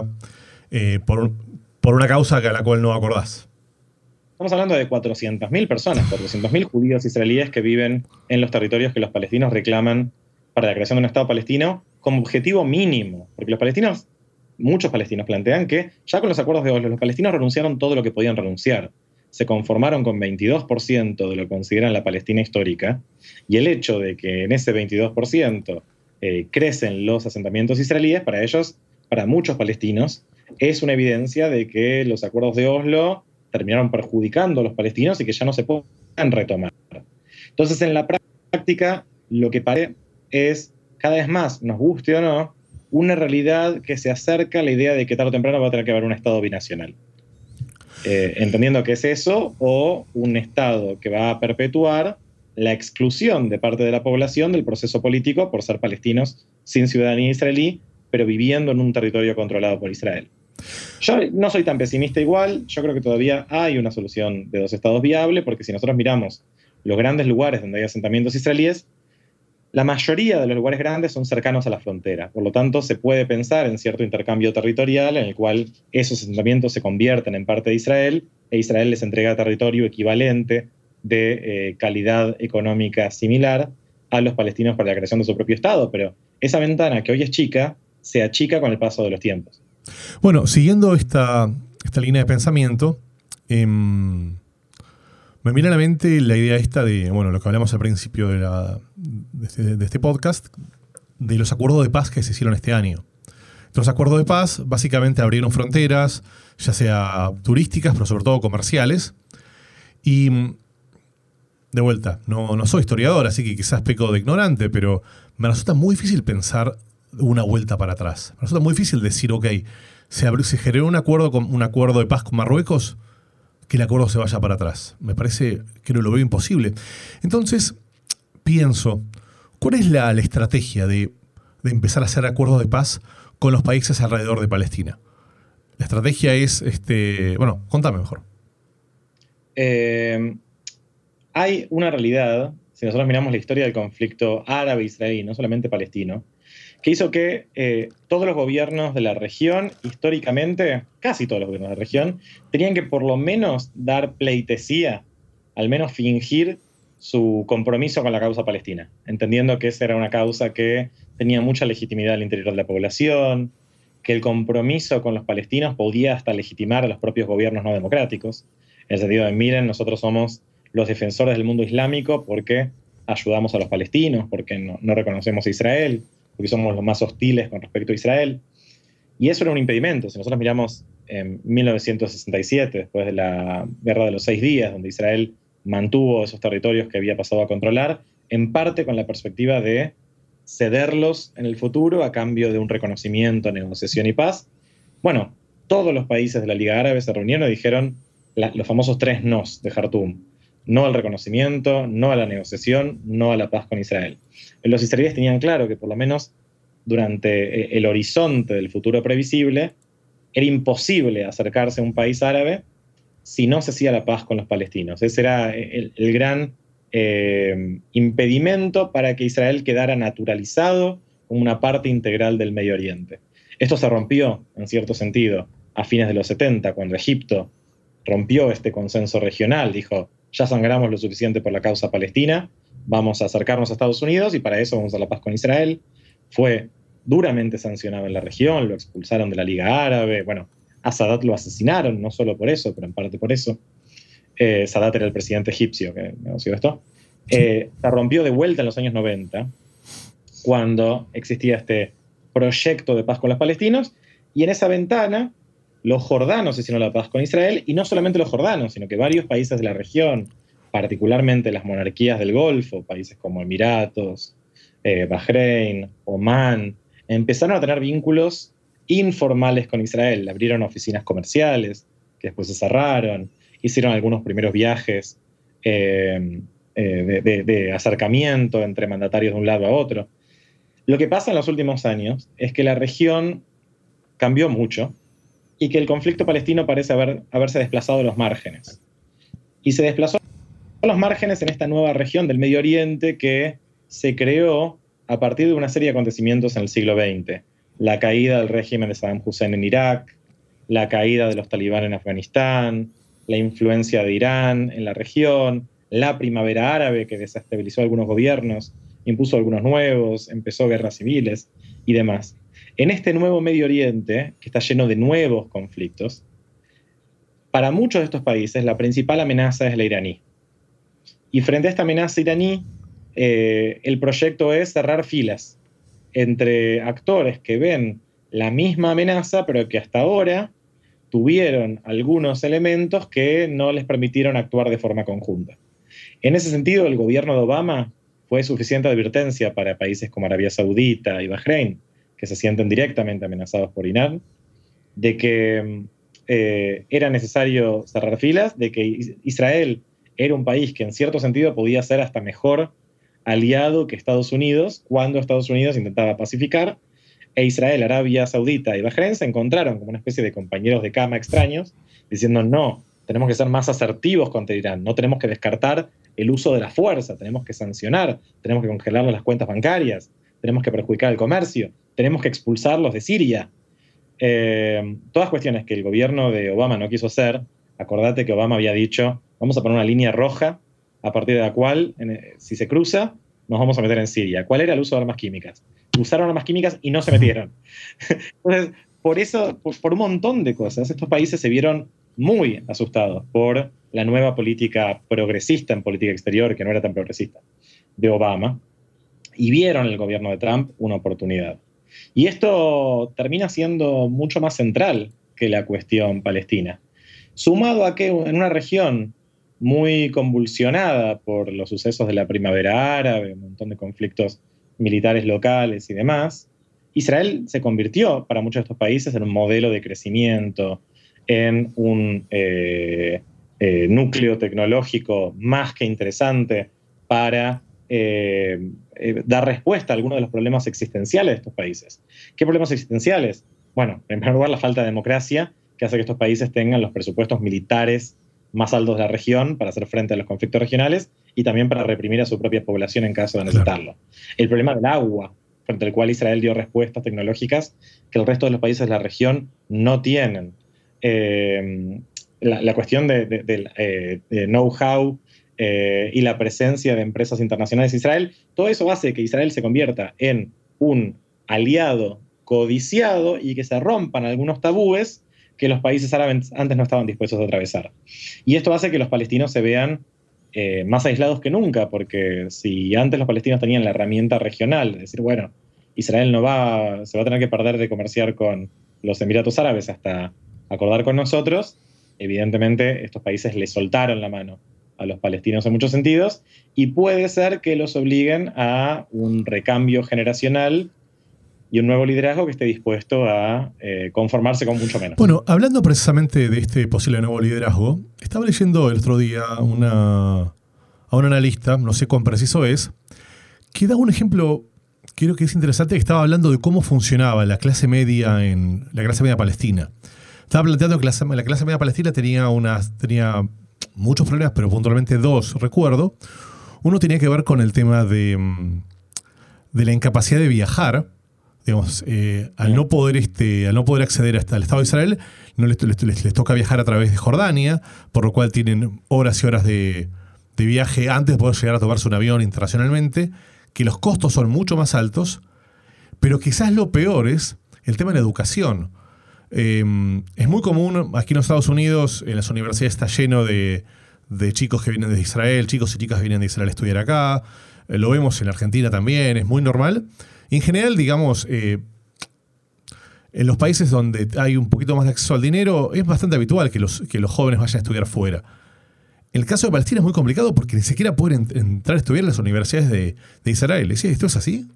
por una causa a la cual no acordás. Estamos hablando de 400.000 personas, 400.000 judíos israelíes que viven en los territorios que los palestinos reclaman para la creación de un Estado palestino como objetivo mínimo. Porque muchos palestinos plantean que ya con los acuerdos de Oslo, los palestinos renunciaron todo lo que podían renunciar. Se conformaron con 22% de lo que consideran la Palestina histórica, y el hecho de que en ese 22% crecen los asentamientos israelíes, para ellos, para muchos palestinos, es una evidencia de que los acuerdos de Oslo terminaron perjudicando a los palestinos y que ya no se pueden retomar. Entonces, en la práctica, lo que parece es, cada vez más, nos guste o no, una realidad que se acerca a la idea de que tarde o temprano va a tener que haber un Estado binacional. Entendiendo que es eso, o un Estado que va a perpetuar la exclusión de parte de la población del proceso político por ser palestinos sin ciudadanía israelí, pero viviendo en un territorio controlado por Israel. Yo no soy tan pesimista igual, yo creo que todavía hay una solución de 2 estados viable, porque si nosotros miramos los grandes lugares donde hay asentamientos israelíes, la mayoría de los lugares grandes son cercanos a la frontera. Por lo tanto, se puede pensar en cierto intercambio territorial en el cual esos asentamientos se convierten en parte de Israel e Israel les entrega territorio equivalente de calidad económica similar a los palestinos para la creación de su propio Estado. Pero esa ventana, que hoy es chica, se achica con el paso de los tiempos. Bueno, siguiendo esta línea de pensamiento, me viene a la mente la idea esta de, bueno, lo que hablamos al principio de este podcast, de los acuerdos de paz que se hicieron este año. Los acuerdos de paz básicamente abrieron fronteras, ya sea turísticas, pero sobre todo comerciales. Y, de vuelta, no soy historiador, así que quizás peco de ignorante, pero me resulta muy difícil pensar una vuelta para atrás. Resulta muy difícil decir, ok, se generó un acuerdo de paz con Marruecos, que el acuerdo se vaya para atrás. Me parece que lo veo imposible. Entonces, pienso, ¿cuál es la estrategia de empezar a hacer acuerdos de paz con los países alrededor de Palestina? La estrategia es, bueno, contame mejor. Hay una realidad, si nosotros miramos la historia del conflicto árabe-israelí, no solamente palestino, que hizo que todos los gobiernos de la región, históricamente, casi todos los gobiernos de la región, tenían que por lo menos dar pleitesía, al menos fingir su compromiso con la causa palestina, entendiendo que esa era una causa que tenía mucha legitimidad al interior de la población, que el compromiso con los palestinos podía hasta legitimar a los propios gobiernos no democráticos, en el sentido de, miren, nosotros somos los defensores del mundo islámico porque ayudamos a los palestinos, porque no reconocemos a Israel, porque somos los más hostiles con respecto a Israel. Y eso era un impedimento. Si nosotros miramos en 1967, después de la Guerra de los 6 Días, donde Israel mantuvo esos territorios que había pasado a controlar, en parte con la perspectiva de cederlos en el futuro a cambio de un reconocimiento, negociación y paz. Bueno, todos los países de la Liga Árabe se reunieron y dijeron los famosos 3 nos de Jartum. No al reconocimiento, no a la negociación, no a la paz con Israel. Los israelíes tenían claro que por lo menos durante el horizonte del futuro previsible era imposible acercarse a un país árabe si no se hacía la paz con los palestinos. Ese era el gran impedimento para que Israel quedara naturalizado como una parte integral del Medio Oriente. Esto se rompió, en cierto sentido, a fines de los 70, cuando Egipto rompió este consenso regional, dijo, ya sangramos lo suficiente por la causa palestina, vamos a acercarnos a Estados Unidos y para eso vamos a la paz con Israel. Fue duramente sancionado en la región, lo expulsaron de la Liga Árabe, bueno, a Sadat lo asesinaron, no solo por eso, pero en parte por eso. Sadat era el presidente egipcio que negoció esto. Se rompió de vuelta en los años 90, cuando existía este proyecto de paz con los palestinos, y en esa ventana los jordanos hicieron la paz con Israel, y no solamente los jordanos, sino que varios países de la región, particularmente las monarquías del Golfo, países como Emiratos, Bahrein, Omán, empezaron a tener vínculos informales con Israel. Abrieron oficinas comerciales, que después se cerraron, hicieron algunos primeros viajes de acercamiento entre mandatarios de un lado a otro. Lo que pasa en los últimos años es que la región cambió mucho, y que el conflicto palestino parece haberse desplazado a los márgenes. Y se desplazó a los márgenes en esta nueva región del Medio Oriente que se creó a partir de una serie de acontecimientos en el siglo XX. La caída del régimen de Saddam Hussein en Irak, la caída de los talibán en Afganistán, la influencia de Irán en la región, la primavera árabe que desestabilizó algunos gobiernos, impuso algunos nuevos, empezó guerras civiles y demás. En este nuevo Medio Oriente, que está lleno de nuevos conflictos, para muchos de estos países la principal amenaza es la iraní. Y frente a esta amenaza iraní, el proyecto es cerrar filas entre actores que ven la misma amenaza, pero que hasta ahora tuvieron algunos elementos que no les permitieron actuar de forma conjunta. En ese sentido, el gobierno de Obama fue suficiente advertencia para países como Arabia Saudita y Bahrein, que se sienten directamente amenazados por Irán, de que era necesario cerrar filas, de que Israel era un país que en cierto sentido podía ser hasta mejor aliado que Estados Unidos cuando Estados Unidos intentaba pacificar, e Israel, Arabia Saudita y Bahrein se encontraron como una especie de compañeros de cama extraños, diciendo no, tenemos que ser más asertivos contra Irán, no tenemos que descartar el uso de la fuerza, tenemos que sancionar, tenemos que congelarles las cuentas bancarias, tenemos que perjudicar el comercio, tenemos que expulsarlos de Siria. Todas cuestiones que el gobierno de Obama no quiso hacer. Acordate que Obama había dicho, vamos a poner una línea roja a partir de la cual, si se cruza, nos vamos a meter en Siria. ¿Cuál era el uso de armas químicas? Usaron armas químicas y no se metieron. Entonces, por eso, por un montón de cosas, estos países se vieron muy asustados por la nueva política progresista en política exterior, que no era tan progresista, de Obama, y vieron en el gobierno de Trump una oportunidad. Y esto termina siendo mucho más central que la cuestión palestina. Sumado a que en una región muy convulsionada por los sucesos de la primavera árabe, un montón de conflictos militares locales y demás, Israel se convirtió para muchos de estos países en un modelo de crecimiento, en un núcleo tecnológico más que interesante para dar respuesta a algunos de los problemas existenciales de estos países. ¿Qué problemas existenciales? Bueno, en primer lugar, la falta de democracia, que hace que estos países tengan los presupuestos militares más altos de la región para hacer frente a los conflictos regionales y también para reprimir a su propia población en caso de necesitarlo. El problema del agua, frente al cual Israel dio respuestas tecnológicas que el resto de los países de la región no tienen. La cuestión de know-how y la presencia de empresas internacionales en Israel, todo eso hace que Israel se convierta en un aliado codiciado y que se rompan algunos tabúes que los países árabes antes no estaban dispuestos a atravesar. Y esto hace que los palestinos se vean más aislados que nunca, porque si antes los palestinos tenían la herramienta regional, de decir, bueno, Israel se va a tener que perder de comerciar con los Emiratos Árabes hasta acordar con nosotros, evidentemente estos países le soltaron la mano a los palestinos en muchos sentidos, y puede ser que los obliguen a un recambio generacional y un nuevo liderazgo que esté dispuesto a conformarse con mucho menos. Bueno, hablando precisamente de este posible nuevo liderazgo, estaba leyendo el otro día a un analista, no sé cuán preciso es, que da un ejemplo, creo que es interesante, que estaba hablando de cómo funcionaba la clase media palestina. Estaba planteando que la clase media palestina tenía muchos problemas, pero puntualmente dos, recuerdo. Uno tenía que ver con el tema de la incapacidad de viajar. Digamos, al no poder acceder hasta el Estado de Israel, no les toca viajar a través de Jordania, por lo cual tienen horas y horas de viaje antes de poder llegar a tomarse un avión internacionalmente, que los costos son mucho más altos, pero quizás lo peor es el tema de la educación. Es muy común, aquí en los Estados Unidos, en las universidades está lleno de chicos que vienen de Israel, chicos y chicas que vienen de Israel a estudiar acá, lo vemos en Argentina también, es muy normal. En general, digamos, en los países donde hay un poquito más de acceso al dinero, es bastante habitual que los jóvenes vayan a estudiar fuera. En el caso de Palestina es muy complicado porque ni siquiera pueden entrar a estudiar en las universidades de Israel. ¿Sí? ¿Esto es así?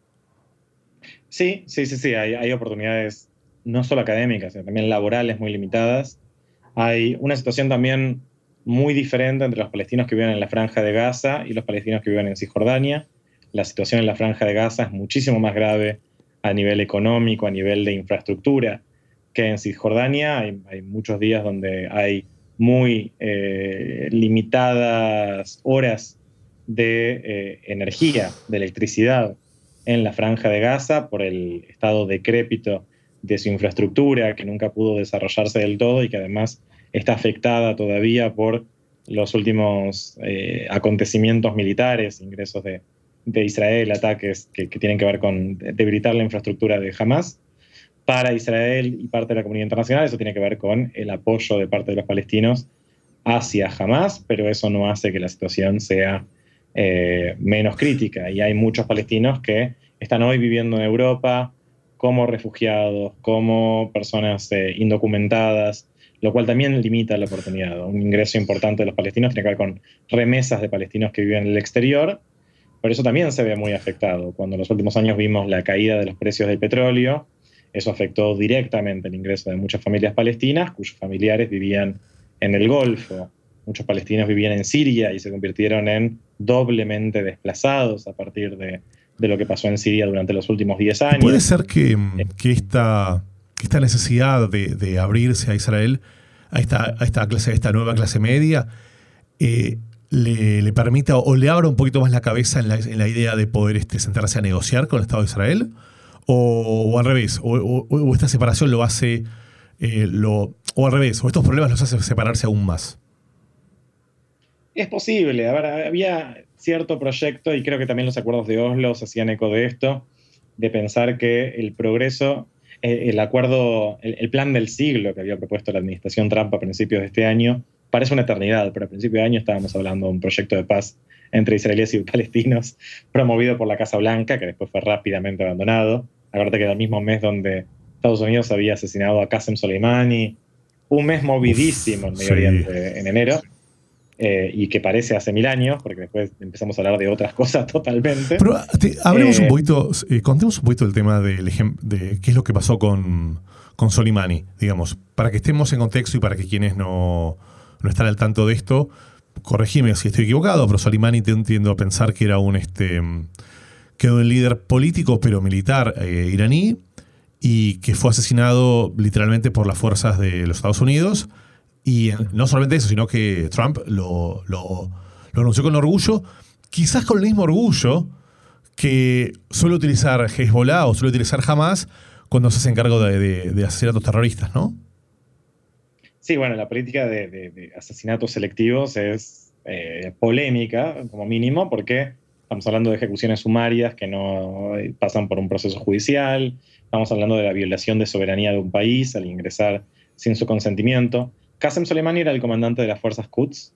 Sí. Hay oportunidades no solo académicas, sino también laborales muy limitadas. Hay una situación también muy diferente entre los palestinos que viven en la Franja de Gaza y los palestinos que viven en Cisjordania. La situación en la Franja de Gaza es muchísimo más grave a nivel económico, a nivel de infraestructura, que en Cisjordania. Hay muchos días donde hay muy limitadas horas de energía, de electricidad en la Franja de Gaza por el estado decrépito de su infraestructura, que nunca pudo desarrollarse del todo y que además está afectada todavía por los últimos acontecimientos militares, ingresos de Israel, ataques que tienen que ver con debilitar la infraestructura de Hamas. Para Israel y parte de la comunidad internacional eso tiene que ver con el apoyo de parte de los palestinos hacia Hamas, pero eso no hace que la situación sea menos crítica. Y hay muchos palestinos que están hoy viviendo en Europa como refugiados, como personas indocumentadas, lo cual también limita la oportunidad. Un ingreso importante de los palestinos tiene que ver con remesas de palestinos que viven en el exterior, pero eso también se ve muy afectado. Cuando en los últimos años vimos la caída de los precios del petróleo, eso afectó directamente el ingreso de muchas familias palestinas cuyos familiares vivían en el Golfo. Muchos palestinos vivían en Siria y se convirtieron en doblemente desplazados a partir de lo que pasó en Siria durante los últimos 10 años. ¿Puede ser que esta necesidad de abrirse a Israel, a esta nueva clase media, le permita o le abra un poquito más la cabeza en la idea de poder sentarse a negociar con el Estado de Israel? ¿O al revés? ¿O esta separación lo hace, o al revés, o estos problemas los hace separarse aún más? Es posible. A ver, había cierto proyecto, y creo que también los acuerdos de Oslo se hacían eco de esto, de pensar que el progreso, el plan del siglo que había propuesto la administración Trump a principios de este año, parece una eternidad, pero a principios de año estábamos hablando de un proyecto de paz entre israelíes y palestinos promovido por la Casa Blanca, que después fue rápidamente abandonado. Acuérdate que era el mismo mes donde Estados Unidos había asesinado a Qasem Soleimani, un mes movidísimo en Medio Oriente en enero. y que parece hace 1000 años, porque después empezamos a hablar de otras cosas totalmente. Pero hablemos un poquito, contemos un poquito el tema de qué es lo que pasó con Soleimani, digamos, para que estemos en contexto y para que quienes no están al tanto de esto, corregime si estoy equivocado, pero Soleimani tiendo a pensar que era un líder político pero militar iraní, y que fue asesinado literalmente por las fuerzas de los Estados Unidos. Y no solamente eso, sino que Trump lo anunció con orgullo, quizás con el mismo orgullo que suele utilizar Hezbollah o suele utilizar Hamas cuando se hace cargo de asesinatos terroristas, ¿no? Sí, bueno, la política de asesinatos selectivos es polémica, como mínimo, porque estamos hablando de ejecuciones sumarias que no pasan por un proceso judicial, estamos hablando de la violación de soberanía de un país al ingresar sin su consentimiento. Qasem Soleimani era el comandante de las fuerzas Quds.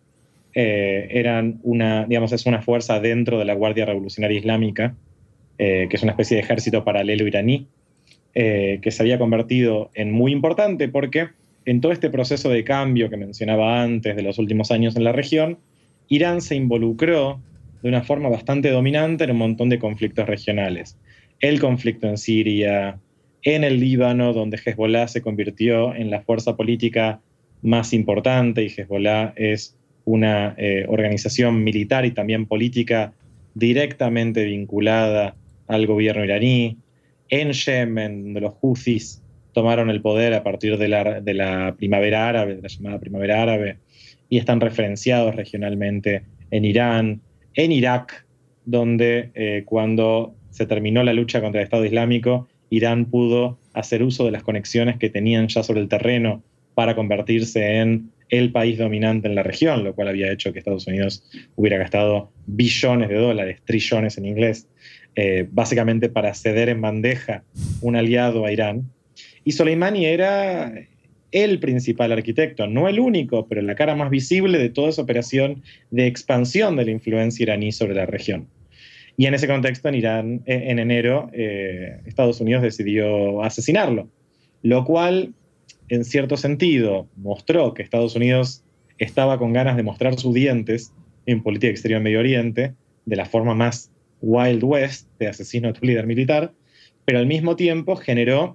Es una fuerza dentro de la Guardia Revolucionaria Islámica, que es una especie de ejército paralelo iraní, que se había convertido en muy importante porque en todo este proceso de cambio que mencionaba antes de los últimos años en la región, Irán se involucró de una forma bastante dominante en un montón de conflictos regionales. El conflicto en Siria, en el Líbano, donde Hezbollah se convirtió en la fuerza política más importante, y Hezbollah es una organización militar y también política directamente vinculada al gobierno iraní. En Yemen, donde los Houthis tomaron el poder a partir de la primavera árabe, de la llamada primavera árabe, y están referenciados regionalmente en Irán, en Irak, donde cuando se terminó la lucha contra el Estado Islámico, Irán pudo hacer uso de las conexiones que tenían ya sobre el terreno para convertirse en el país dominante en la región, lo cual había hecho que Estados Unidos hubiera gastado billones de dólares, trillones en inglés, básicamente para ceder en bandeja un aliado a Irán. Y Soleimani era el principal arquitecto, no el único, pero la cara más visible de toda esa operación de expansión de la influencia iraní sobre la región. Y en ese contexto, en Irán, en enero, Estados Unidos decidió asesinarlo, lo cual, en cierto sentido, mostró que Estados Unidos estaba con ganas de mostrar sus dientes en política exterior en Medio Oriente, de la forma más Wild West, de asesino a tu líder militar, pero al mismo tiempo generó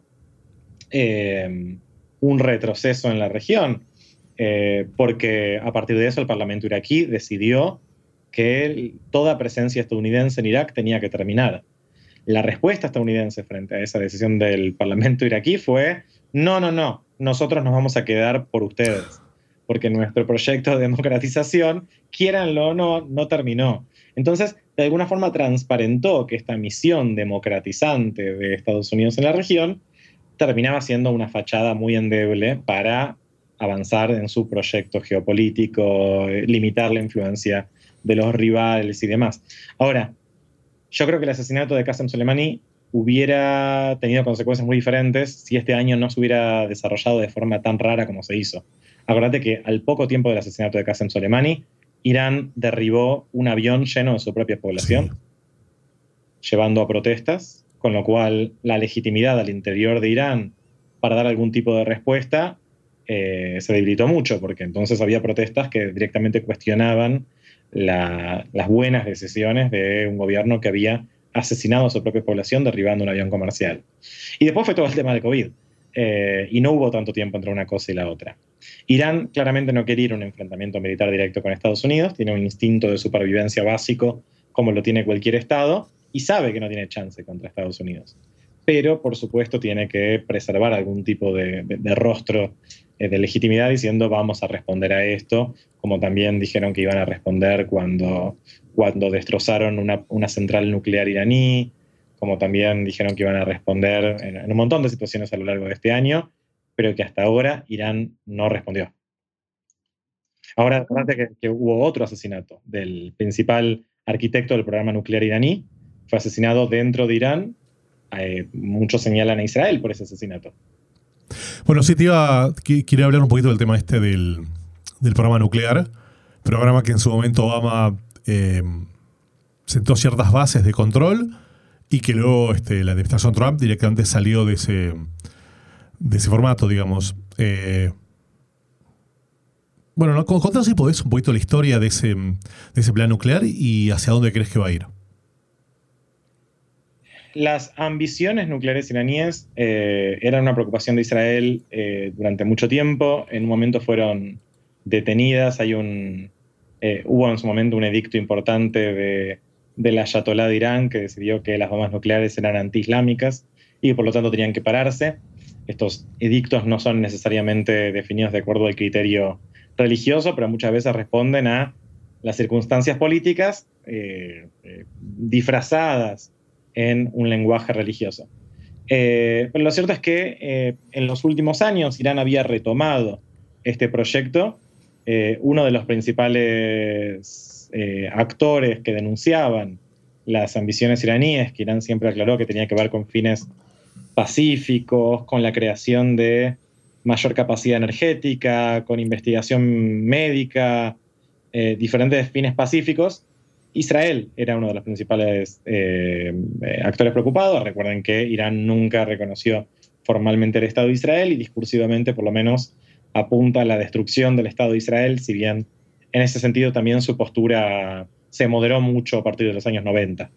un retroceso en la región, porque a partir de eso el Parlamento iraquí decidió que toda presencia estadounidense en Irak tenía que terminar. La respuesta estadounidense frente a esa decisión del Parlamento iraquí fue: no, nosotros nos vamos a quedar por ustedes, porque nuestro proyecto de democratización, quiéranlo o no, no terminó. Entonces, de alguna forma transparentó que esta misión democratizante de Estados Unidos en la región terminaba siendo una fachada muy endeble para avanzar en su proyecto geopolítico, limitar la influencia de los rivales y demás. Ahora, yo creo que el asesinato de Qasem Soleimani hubiera tenido consecuencias muy diferentes si este año no se hubiera desarrollado de forma tan rara como se hizo. Acordate que al poco tiempo del asesinato de Qasem Soleimani, Irán derribó un avión lleno de su propia población, llevando a protestas, con lo cual la legitimidad al interior de Irán para dar algún tipo de respuesta se debilitó mucho, porque entonces había protestas que directamente cuestionaban las buenas decisiones de un gobierno que había asesinado a su propia población derribando un avión comercial. Y después fue todo el tema del COVID, y no hubo tanto tiempo entre una cosa y la otra. Irán claramente no quiere ir a un enfrentamiento militar directo con Estados Unidos, tiene un instinto de supervivencia básico como lo tiene cualquier Estado, y sabe que no tiene chance contra Estados Unidos. Pero, por supuesto, tiene que preservar algún tipo de rostro de legitimidad diciendo vamos a responder a esto, como también dijeron que iban a responder cuando destrozaron una central nuclear iraní, como también dijeron que iban a responder en un montón de situaciones a lo largo de este año, pero que hasta ahora Irán no respondió. Ahora, aparte que hubo otro asesinato del principal arquitecto del programa nuclear iraní, fue asesinado dentro de Irán. Muchos señalan a Israel por ese asesinato. Bueno, sí, quería hablar un poquito del tema del programa nuclear, programa que en su momento Obama sentó ciertas bases de control y que luego la administración Trump directamente salió de ese formato, digamos. Bueno, no, contanos si podés un poquito la historia de ese plan nuclear y hacia dónde crees que va a ir. Las ambiciones nucleares iraníes eran una preocupación de Israel durante mucho tiempo. En un momento fueron detenidas. Hubo en su momento un edicto importante del Ayatolá de Irán que decidió que las bombas nucleares eran antiislámicas y por lo tanto tenían que pararse. Estos edictos no son necesariamente definidos de acuerdo al criterio religioso, pero muchas veces responden a las circunstancias políticas disfrazadas en un lenguaje religioso. Pero lo cierto es que en los últimos años Irán había retomado este proyecto. Uno de los principales actores que denunciaban las ambiciones iraníes, que Irán siempre aclaró que tenía que ver con fines pacíficos, con la creación de mayor capacidad energética, con investigación médica, diferentes fines pacíficos. Israel era uno de los principales actores preocupados. Recuerden que Irán nunca reconoció formalmente el Estado de Israel y discursivamente, por lo menos, apunta a la destrucción del Estado de Israel, si bien en ese sentido también su postura se moderó mucho a partir de los años 90.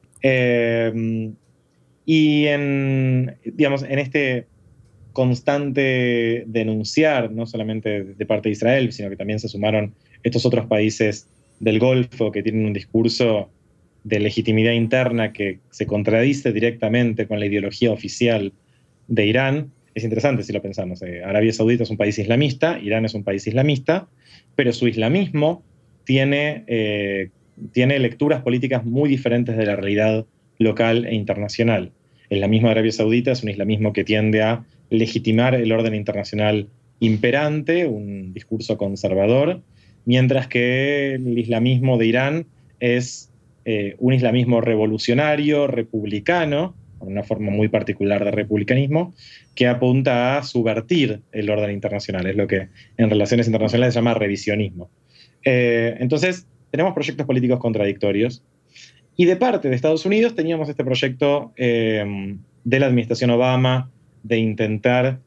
Y en este constante denunciar, no solamente de parte de Israel, sino que también se sumaron estos otros países del Golfo que tienen un discurso de legitimidad interna que se contradice directamente con la ideología oficial de Irán. Es interesante si lo pensamos. Arabia Saudita es un país islamista, Irán es un país islamista, pero su islamismo tiene lecturas políticas muy diferentes de la realidad local e internacional. El islamismo de Arabia Saudita es un islamismo que tiende a legitimar el orden internacional imperante, un discurso conservador, mientras que el islamismo de Irán es un islamismo revolucionario, republicano, con una forma muy particular de republicanismo, que apunta a subvertir el orden internacional. Es lo que en relaciones internacionales se llama revisionismo. Entonces, tenemos proyectos políticos contradictorios. Y de parte de Estados Unidos teníamos este proyecto de la administración Obama de intentar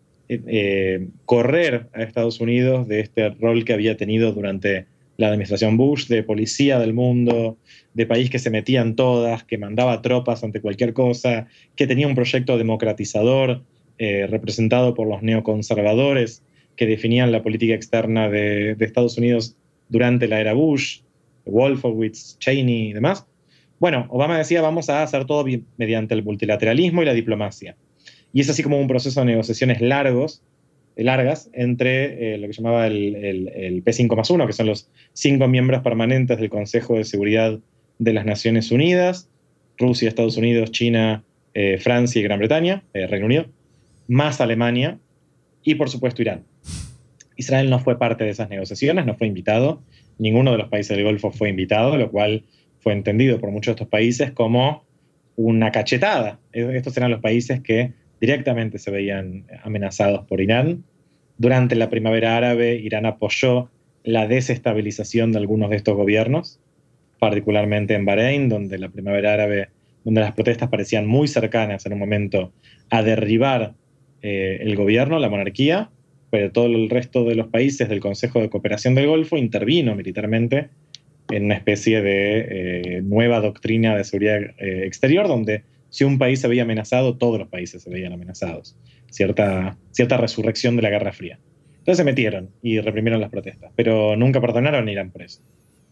correr a Estados Unidos de este rol que había tenido durante la administración Bush, de policía del mundo, de país que se metía en todas, que mandaba tropas ante cualquier cosa, que tenía un proyecto democratizador representado por los neoconservadores que definían la política externa de Estados Unidos durante la era Bush, Wolfowitz, Cheney y demás. Bueno, Obama decía, vamos a hacer todo mediante el multilateralismo y la diplomacia. Y es así como un proceso de negociaciones largas entre lo que llamaba el P5+1, que son los 5 miembros permanentes del Consejo de Seguridad de las Naciones Unidas, Rusia, Estados Unidos, China, Francia y Gran Bretaña, Reino Unido, más Alemania y, por supuesto, Irán. Israel no fue parte de esas negociaciones, no fue invitado. Ninguno de los países del Golfo fue invitado, lo cual fue entendido por muchos de estos países como una cachetada. Estos eran los países que directamente se veían amenazados por Irán. Durante la primavera árabe, Irán apoyó la desestabilización de algunos de estos gobiernos, particularmente en Bahrein, donde la primavera árabe, donde las protestas parecían muy cercanas en un momento a derribar el gobierno, la monarquía, pero todo el resto de los países del Consejo de Cooperación del Golfo intervino militarmente en una especie de nueva doctrina de seguridad exterior, donde si un país se veía amenazado, todos los países se veían amenazados. Cierta resurrección de la Guerra Fría. Entonces se metieron y reprimieron las protestas, pero nunca perdonaron a Irán por eso.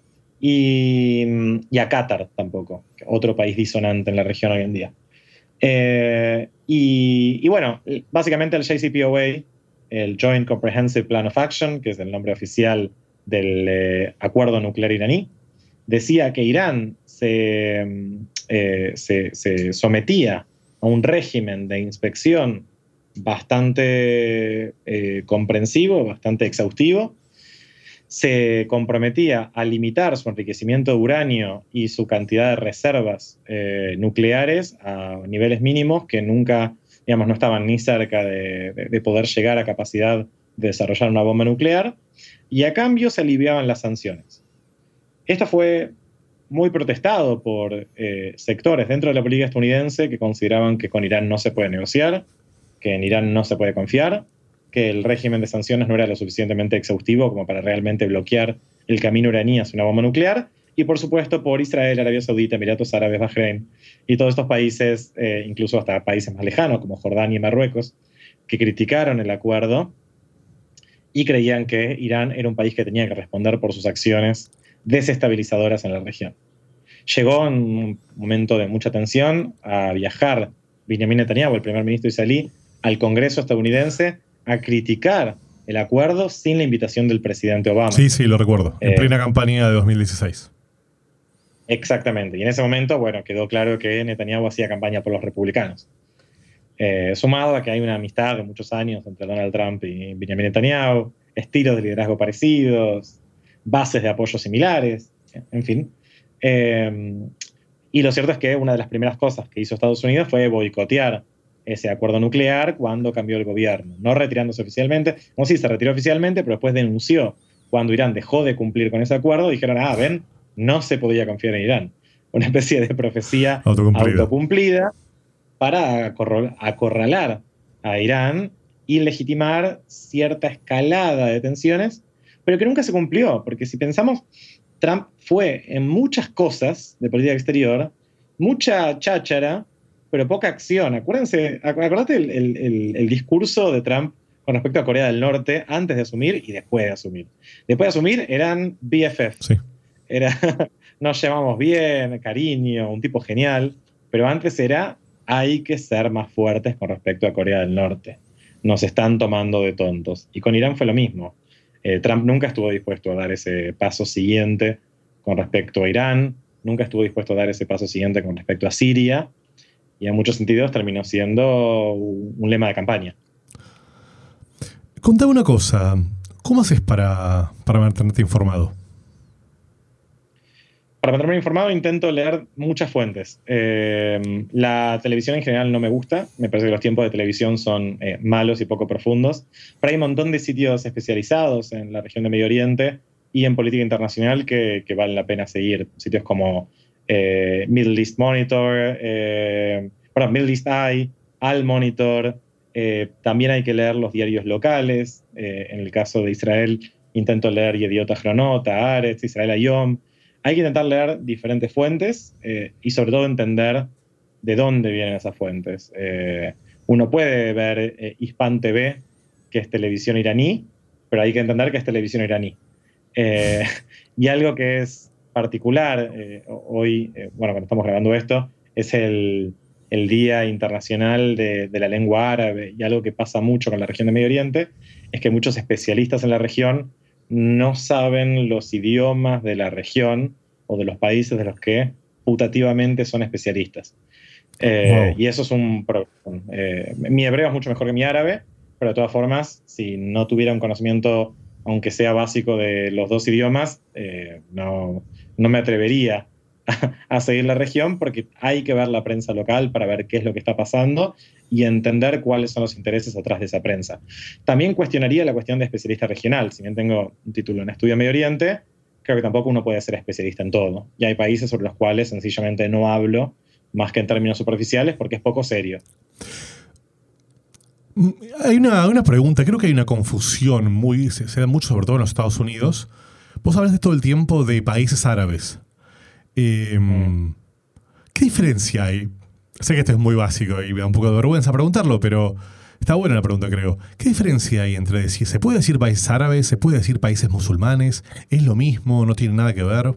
Y a Qatar tampoco, otro país disonante en la región hoy en día. Y bueno, básicamente el JCPOA, el Joint Comprehensive Plan of Action, que es el nombre oficial del acuerdo nuclear iraní, decía que Irán se sometía a un régimen de inspección bastante comprensivo, bastante exhaustivo, se comprometía a limitar su enriquecimiento de uranio y su cantidad de reservas nucleares a niveles mínimos que nunca, digamos, no estaban ni cerca de poder llegar a capacidad de desarrollar una bomba nuclear, y a cambio se aliviaban las sanciones. Esto fue muy protestado por sectores dentro de la política estadounidense que consideraban que con Irán no se puede negociar, que en Irán no se puede confiar, que el régimen de sanciones no era lo suficientemente exhaustivo como para realmente bloquear el camino iraní hacia una bomba nuclear, y por supuesto por Israel, Arabia Saudita, Emiratos Árabes, Bahrein y todos estos países, incluso hasta países más lejanos como Jordania y Marruecos, que criticaron el acuerdo y creían que Irán era un país que tenía que responder por sus acciones desestabilizadoras en la región. Llegó en un momento de mucha tensión a viajar Benjamin Netanyahu, el primer ministro israelí, al Congreso estadounidense a criticar el acuerdo sin la invitación del presidente Obama. Sí, lo recuerdo. En plena campaña de 2016. Exactamente. Y en ese momento, bueno, quedó claro que Netanyahu hacía campaña por los republicanos. Sumado a que hay una amistad de muchos años entre Donald Trump y Benjamin Netanyahu, estilos de liderazgo parecidos, bases de apoyo similares, en fin. Y lo cierto es que una de las primeras cosas que hizo Estados Unidos fue boicotear ese acuerdo nuclear cuando cambió el gobierno, no retirándose oficialmente, como sí, se retiró oficialmente, pero después denunció cuando Irán dejó de cumplir con ese acuerdo, dijeron, ven, no se podía confiar en Irán. Una especie de profecía autocumplida para acorralar a Irán y legitimar cierta escalada de tensiones, pero que nunca se cumplió, porque si pensamos, Trump fue en muchas cosas de política exterior, mucha cháchara, pero poca acción. Acordate el discurso de Trump con respecto a Corea del Norte antes de asumir y después de asumir. Después de asumir eran BFF. Sí. Nos llevamos bien, cariño, un tipo genial, pero antes era hay que ser más fuertes con respecto a Corea del Norte. Nos están tomando de tontos. Y con Irán fue lo mismo. Trump nunca estuvo dispuesto a dar ese paso siguiente con respecto a Irán, nunca estuvo dispuesto a dar ese paso siguiente con respecto a Siria, y en muchos sentidos terminó siendo un lema de campaña. Contame una cosa, ¿cómo haces para mantenerte informado? Para mantenerme informado intento leer muchas fuentes. La televisión en general no me gusta, me parece que los tiempos de televisión son malos y poco profundos, pero hay un montón de sitios especializados en la región de Medio Oriente y en política internacional que valen la pena seguir. Sitios como Middle East Monitor, Middle East Eye, Al Monitor. También hay que leer los diarios locales. En el caso de Israel intento leer Yediot Ahronot, Haaretz, Israel Hayom. Hay que intentar leer diferentes fuentes y sobre todo entender de dónde vienen esas fuentes. Uno puede ver Hispan TV, que es televisión iraní, pero hay que entender que es televisión iraní. Y algo que es particular hoy, cuando estamos grabando esto, es el Día Internacional de la Lengua Árabe, y algo que pasa mucho con la región de Medio Oriente es que muchos especialistas en la región no saben los idiomas de la región o de los países de los que putativamente son especialistas. Wow. Y eso es un problema. Mi hebreo es mucho mejor que mi árabe, pero de todas formas, si no tuviera un conocimiento, aunque sea básico, de los dos idiomas, no me atrevería a seguir la región, porque hay que ver la prensa local para ver qué es lo que está pasando y entender cuáles son los intereses atrás de esa prensa. También cuestionaría la cuestión de especialista regional. Si bien tengo un título en Estudio Medio Oriente, creo que tampoco uno puede ser especialista en todo. Y hay países sobre los cuales sencillamente no hablo más que en términos superficiales porque es poco serio. Hay una pregunta, creo que hay una confusión se da mucho, sobre todo en los Estados Unidos. Vos hablas todo el tiempo de países árabes. ¿Qué diferencia hay? Sé que esto es muy básico y me da un poco de vergüenza preguntarlo, pero está buena la pregunta, creo. ¿Qué diferencia hay entre decir, se puede decir países árabes, se puede decir países musulmanes? ¿Es lo mismo? ¿No tiene nada que ver?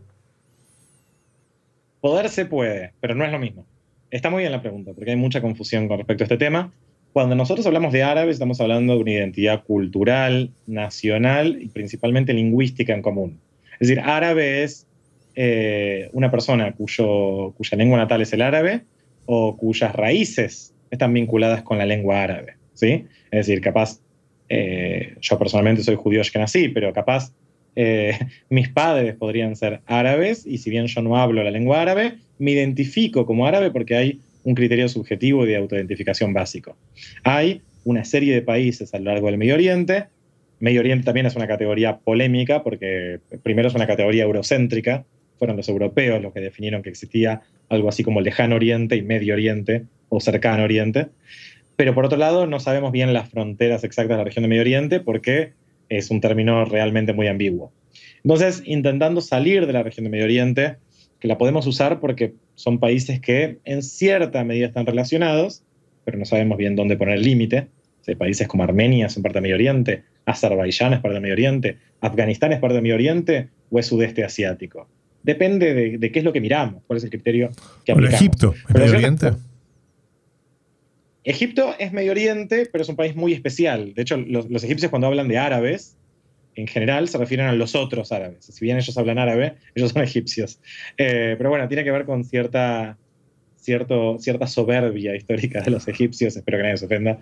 Poder se puede, pero no es lo mismo. Está muy bien la pregunta, porque hay mucha confusión con respecto a este tema. Cuando nosotros hablamos de árabes, estamos hablando de una identidad cultural, nacional y principalmente lingüística en común. Es decir, árabe es una persona cuya lengua natal es el árabe o cuyas raíces están vinculadas con la lengua árabe, ¿sí? Es decir, capaz, yo personalmente soy judío ashkenazí, pero capaz mis padres podrían ser árabes y si bien yo no hablo la lengua árabe, me identifico como árabe porque hay un criterio subjetivo de autoidentificación básico. Hay una serie de países a lo largo del Medio Oriente. Medio Oriente también es una categoría polémica porque primero es una categoría eurocéntrica. Fueron los europeos los que definieron que existía algo así como Lejano Oriente y Medio Oriente o Cercano Oriente. Pero por otro lado, no sabemos bien las fronteras exactas de la región de Medio Oriente porque es un término realmente muy ambiguo. Entonces, intentando salir de la región de Medio Oriente, que la podemos usar porque son países que en cierta medida están relacionados, pero no sabemos bien dónde poner el límite. O sea, países como Armenia son parte de Medio Oriente, Azerbaiyán es parte de Medio Oriente, Afganistán es parte de Medio Oriente o es sudeste asiático. Depende de qué es lo que miramos, cuál es el criterio que Bueno, aplicamos. Egipto, ¿es Medio Oriente? Egipto es Medio Oriente, pero es un país muy especial. De hecho, los egipcios cuando hablan de árabes, en general se refieren a los otros árabes. Si bien ellos hablan árabe, ellos son egipcios. Pero bueno, tiene que ver con cierta soberbia histórica de los egipcios, espero que nadie se ofenda,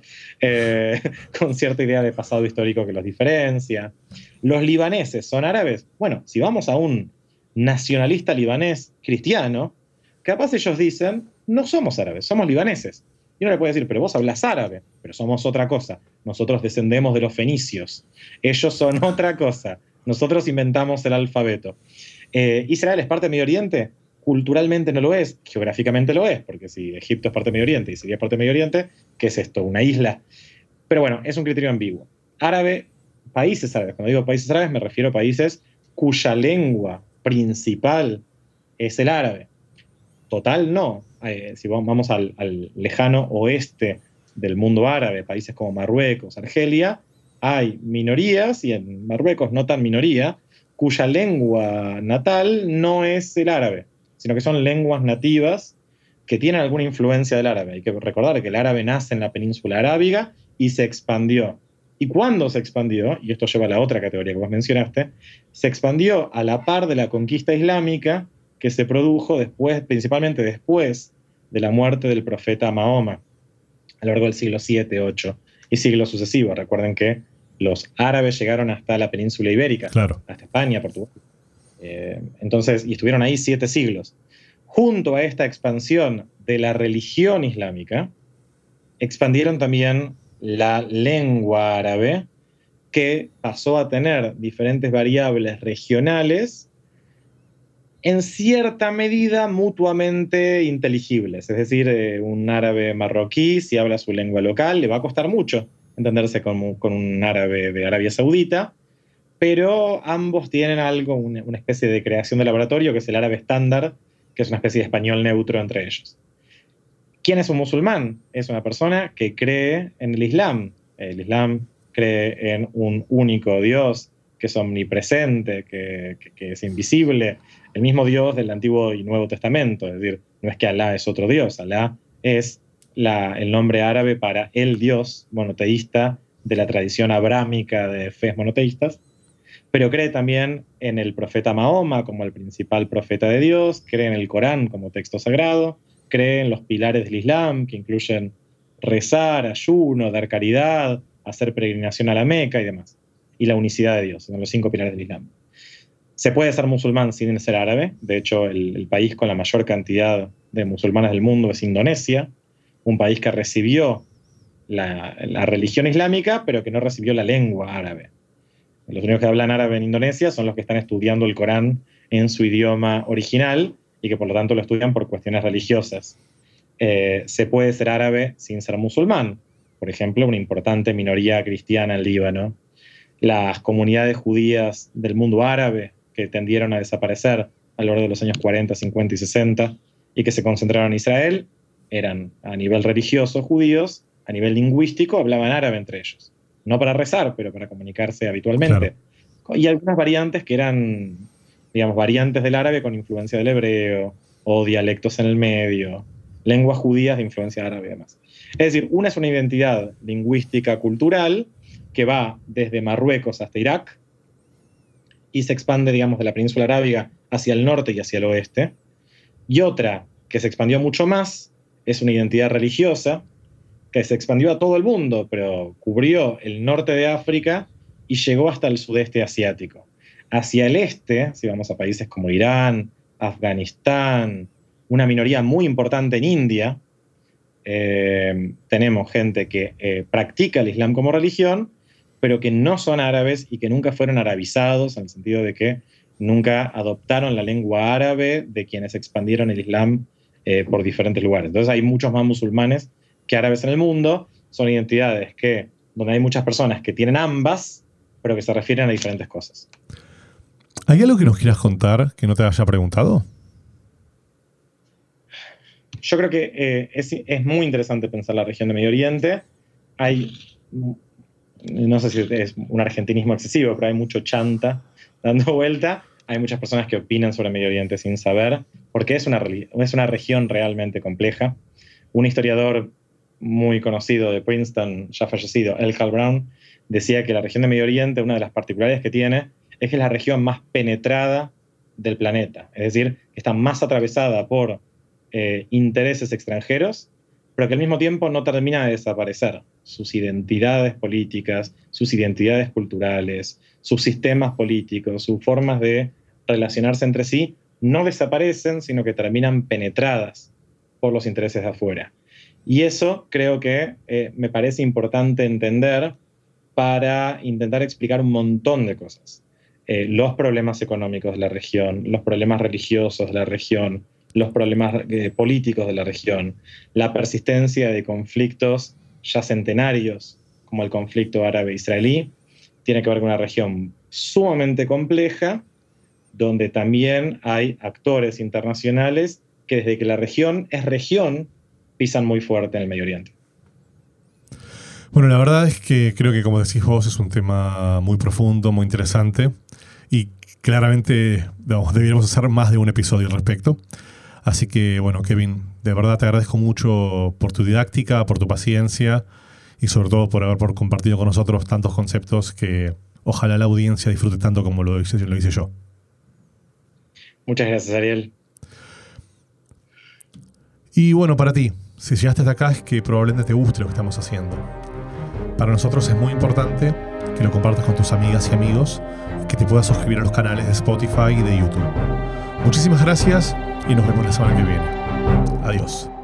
con cierta idea de pasado histórico que los diferencia. ¿Los libaneses son árabes? Bueno, si vamos a un nacionalista libanés cristiano, capaz ellos dicen, no somos árabes, somos libaneses. Y uno le puede decir, pero vos hablas árabe, pero somos otra cosa. Nosotros descendemos de los fenicios. Ellos son otra cosa. Nosotros inventamos el alfabeto. ¿Israel es parte de Medio Oriente? Culturalmente no lo es, geográficamente lo es, porque si Egipto es parte de Medio Oriente y Siria es parte de Medio Oriente, ¿qué es esto? ¿Una isla? Pero bueno, es un criterio ambiguo. Árabe, países árabes. Cuando digo países árabes me refiero a países cuya lengua principal es el árabe. Total, no. Si vamos al lejano oeste del mundo árabe, países como Marruecos, Argelia, hay minorías, y en Marruecos no tan minoría, cuya lengua natal no es el árabe, sino que son lenguas nativas que tienen alguna influencia del árabe. Hay que recordar que el árabe nace en la península arábiga y se expandió. Y cuando se expandió, y esto lleva a la otra categoría que vos mencionaste, se expandió a la par de la conquista islámica que se produjo principalmente después de la muerte del profeta Mahoma, a lo largo del siglo VII, VIII y siglos sucesivos. Recuerden que los árabes llegaron hasta la península ibérica, claro, hasta España, Portugal. Entonces, y estuvieron ahí 7 siglos. Junto a esta expansión de la religión islámica, expandieron también la lengua árabe, que pasó a tener diferentes variables regionales en cierta medida mutuamente inteligibles. Es decir, un árabe marroquí, si habla su lengua local, le va a costar mucho entenderse con un árabe de Arabia Saudita, pero ambos tienen algo, una especie de creación de laboratorio, que es el árabe estándar, que es una especie de español neutro entre ellos. ¿Quién es un musulmán? Es una persona que cree en el Islam. El Islam cree en un único Dios, que es omnipresente, que es invisible, el mismo Dios del Antiguo y Nuevo Testamento. Es decir, no es que Alá es otro Dios, Alá es el nombre árabe para el Dios monoteísta de la tradición abrámica de fes monoteístas, pero cree también en el profeta Mahoma como el principal profeta de Dios, cree en el Corán como texto sagrado, cree en los pilares del Islam, que incluyen rezar, ayuno, dar caridad, hacer peregrinación a la Meca y demás, y la unicidad de Dios, son los 5 pilares del Islam. Se puede ser musulmán sin ser árabe. De hecho, el país con la mayor cantidad de musulmanes del mundo es Indonesia, un país que recibió la religión islámica, pero que no recibió la lengua árabe. Los únicos que hablan árabe en Indonesia son los que están estudiando el Corán en su idioma original y que por lo tanto lo estudian por cuestiones religiosas. Se puede ser árabe sin ser musulmán. Por ejemplo, una importante minoría cristiana en Líbano. Las comunidades judías del mundo árabe que tendieron a desaparecer a lo largo de los años 40, 50 y 60 y que se concentraron en Israel, eran a nivel religioso judíos, a nivel lingüístico hablaban árabe entre ellos. No para rezar, pero para comunicarse habitualmente. Claro. Y algunas variantes que eran, digamos, variantes del árabe con influencia del hebreo, o dialectos en el medio, lenguas judías de influencia árabe y demás. Es decir, una es una identidad lingüística cultural que va desde Marruecos hasta Irak y se expande, digamos, de la península arábiga hacia el norte y hacia el oeste. Y otra, que se expandió mucho más, es una identidad religiosa que se expandió a todo el mundo, pero cubrió el norte de África y llegó hasta el sudeste asiático. Hacia el este, si vamos a países como Irán, Afganistán, una minoría muy importante en India, tenemos gente que practica el Islam como religión, pero que no son árabes y que nunca fueron arabizados, en el sentido de que nunca adoptaron la lengua árabe de quienes expandieron el Islam por diferentes lugares. Entonces hay muchos más musulmanes que árabes en el mundo, son identidades donde hay muchas personas que tienen ambas, pero que se refieren a diferentes cosas. ¿Hay algo que nos quieras contar que no te haya preguntado? Yo creo que es muy interesante pensar la región de Medio Oriente. No sé si es un argentinismo excesivo, pero hay mucho chanta dando vuelta. Hay muchas personas que opinan sobre Medio Oriente sin saber, porque es una región realmente compleja. Un historiador muy conocido de Princeton, ya fallecido, L. Cal Brown, decía que la región de Medio Oriente, una de las particularidades que tiene, es que es la región más penetrada del planeta. Es decir, que está más atravesada por intereses extranjeros, pero que al mismo tiempo no termina de desaparecer. Sus identidades políticas, sus identidades culturales, sus sistemas políticos, sus formas de relacionarse entre sí, no desaparecen, sino que terminan penetradas por los intereses de afuera. Y eso creo que me parece importante entender para intentar explicar un montón de cosas. Los problemas económicos de la región, los problemas religiosos de la región, los problemas políticos de la región, la persistencia de conflictos ya centenarios, como el conflicto árabe-israelí, tiene que ver con una región sumamente compleja, donde también hay actores internacionales que desde que la región es región, pisan muy fuerte en el Medio Oriente. Bueno, la verdad es que creo que, como decís vos, es un tema muy profundo, muy interesante, y claramente deberíamos hacer más de un episodio al respecto. Así que, bueno, Kevin, de verdad te agradezco mucho por tu didáctica, por tu paciencia y sobre todo por haber compartido con nosotros tantos conceptos que ojalá la audiencia disfrute tanto como lo hice yo. Muchas gracias, Ariel. Y bueno, para ti, si llegaste hasta acá es que probablemente te guste lo que estamos haciendo. Para nosotros es muy importante que lo compartas con tus amigas y amigos, que te puedas suscribir a los canales de Spotify y de YouTube. Muchísimas gracias y nos vemos la semana que viene. Adiós.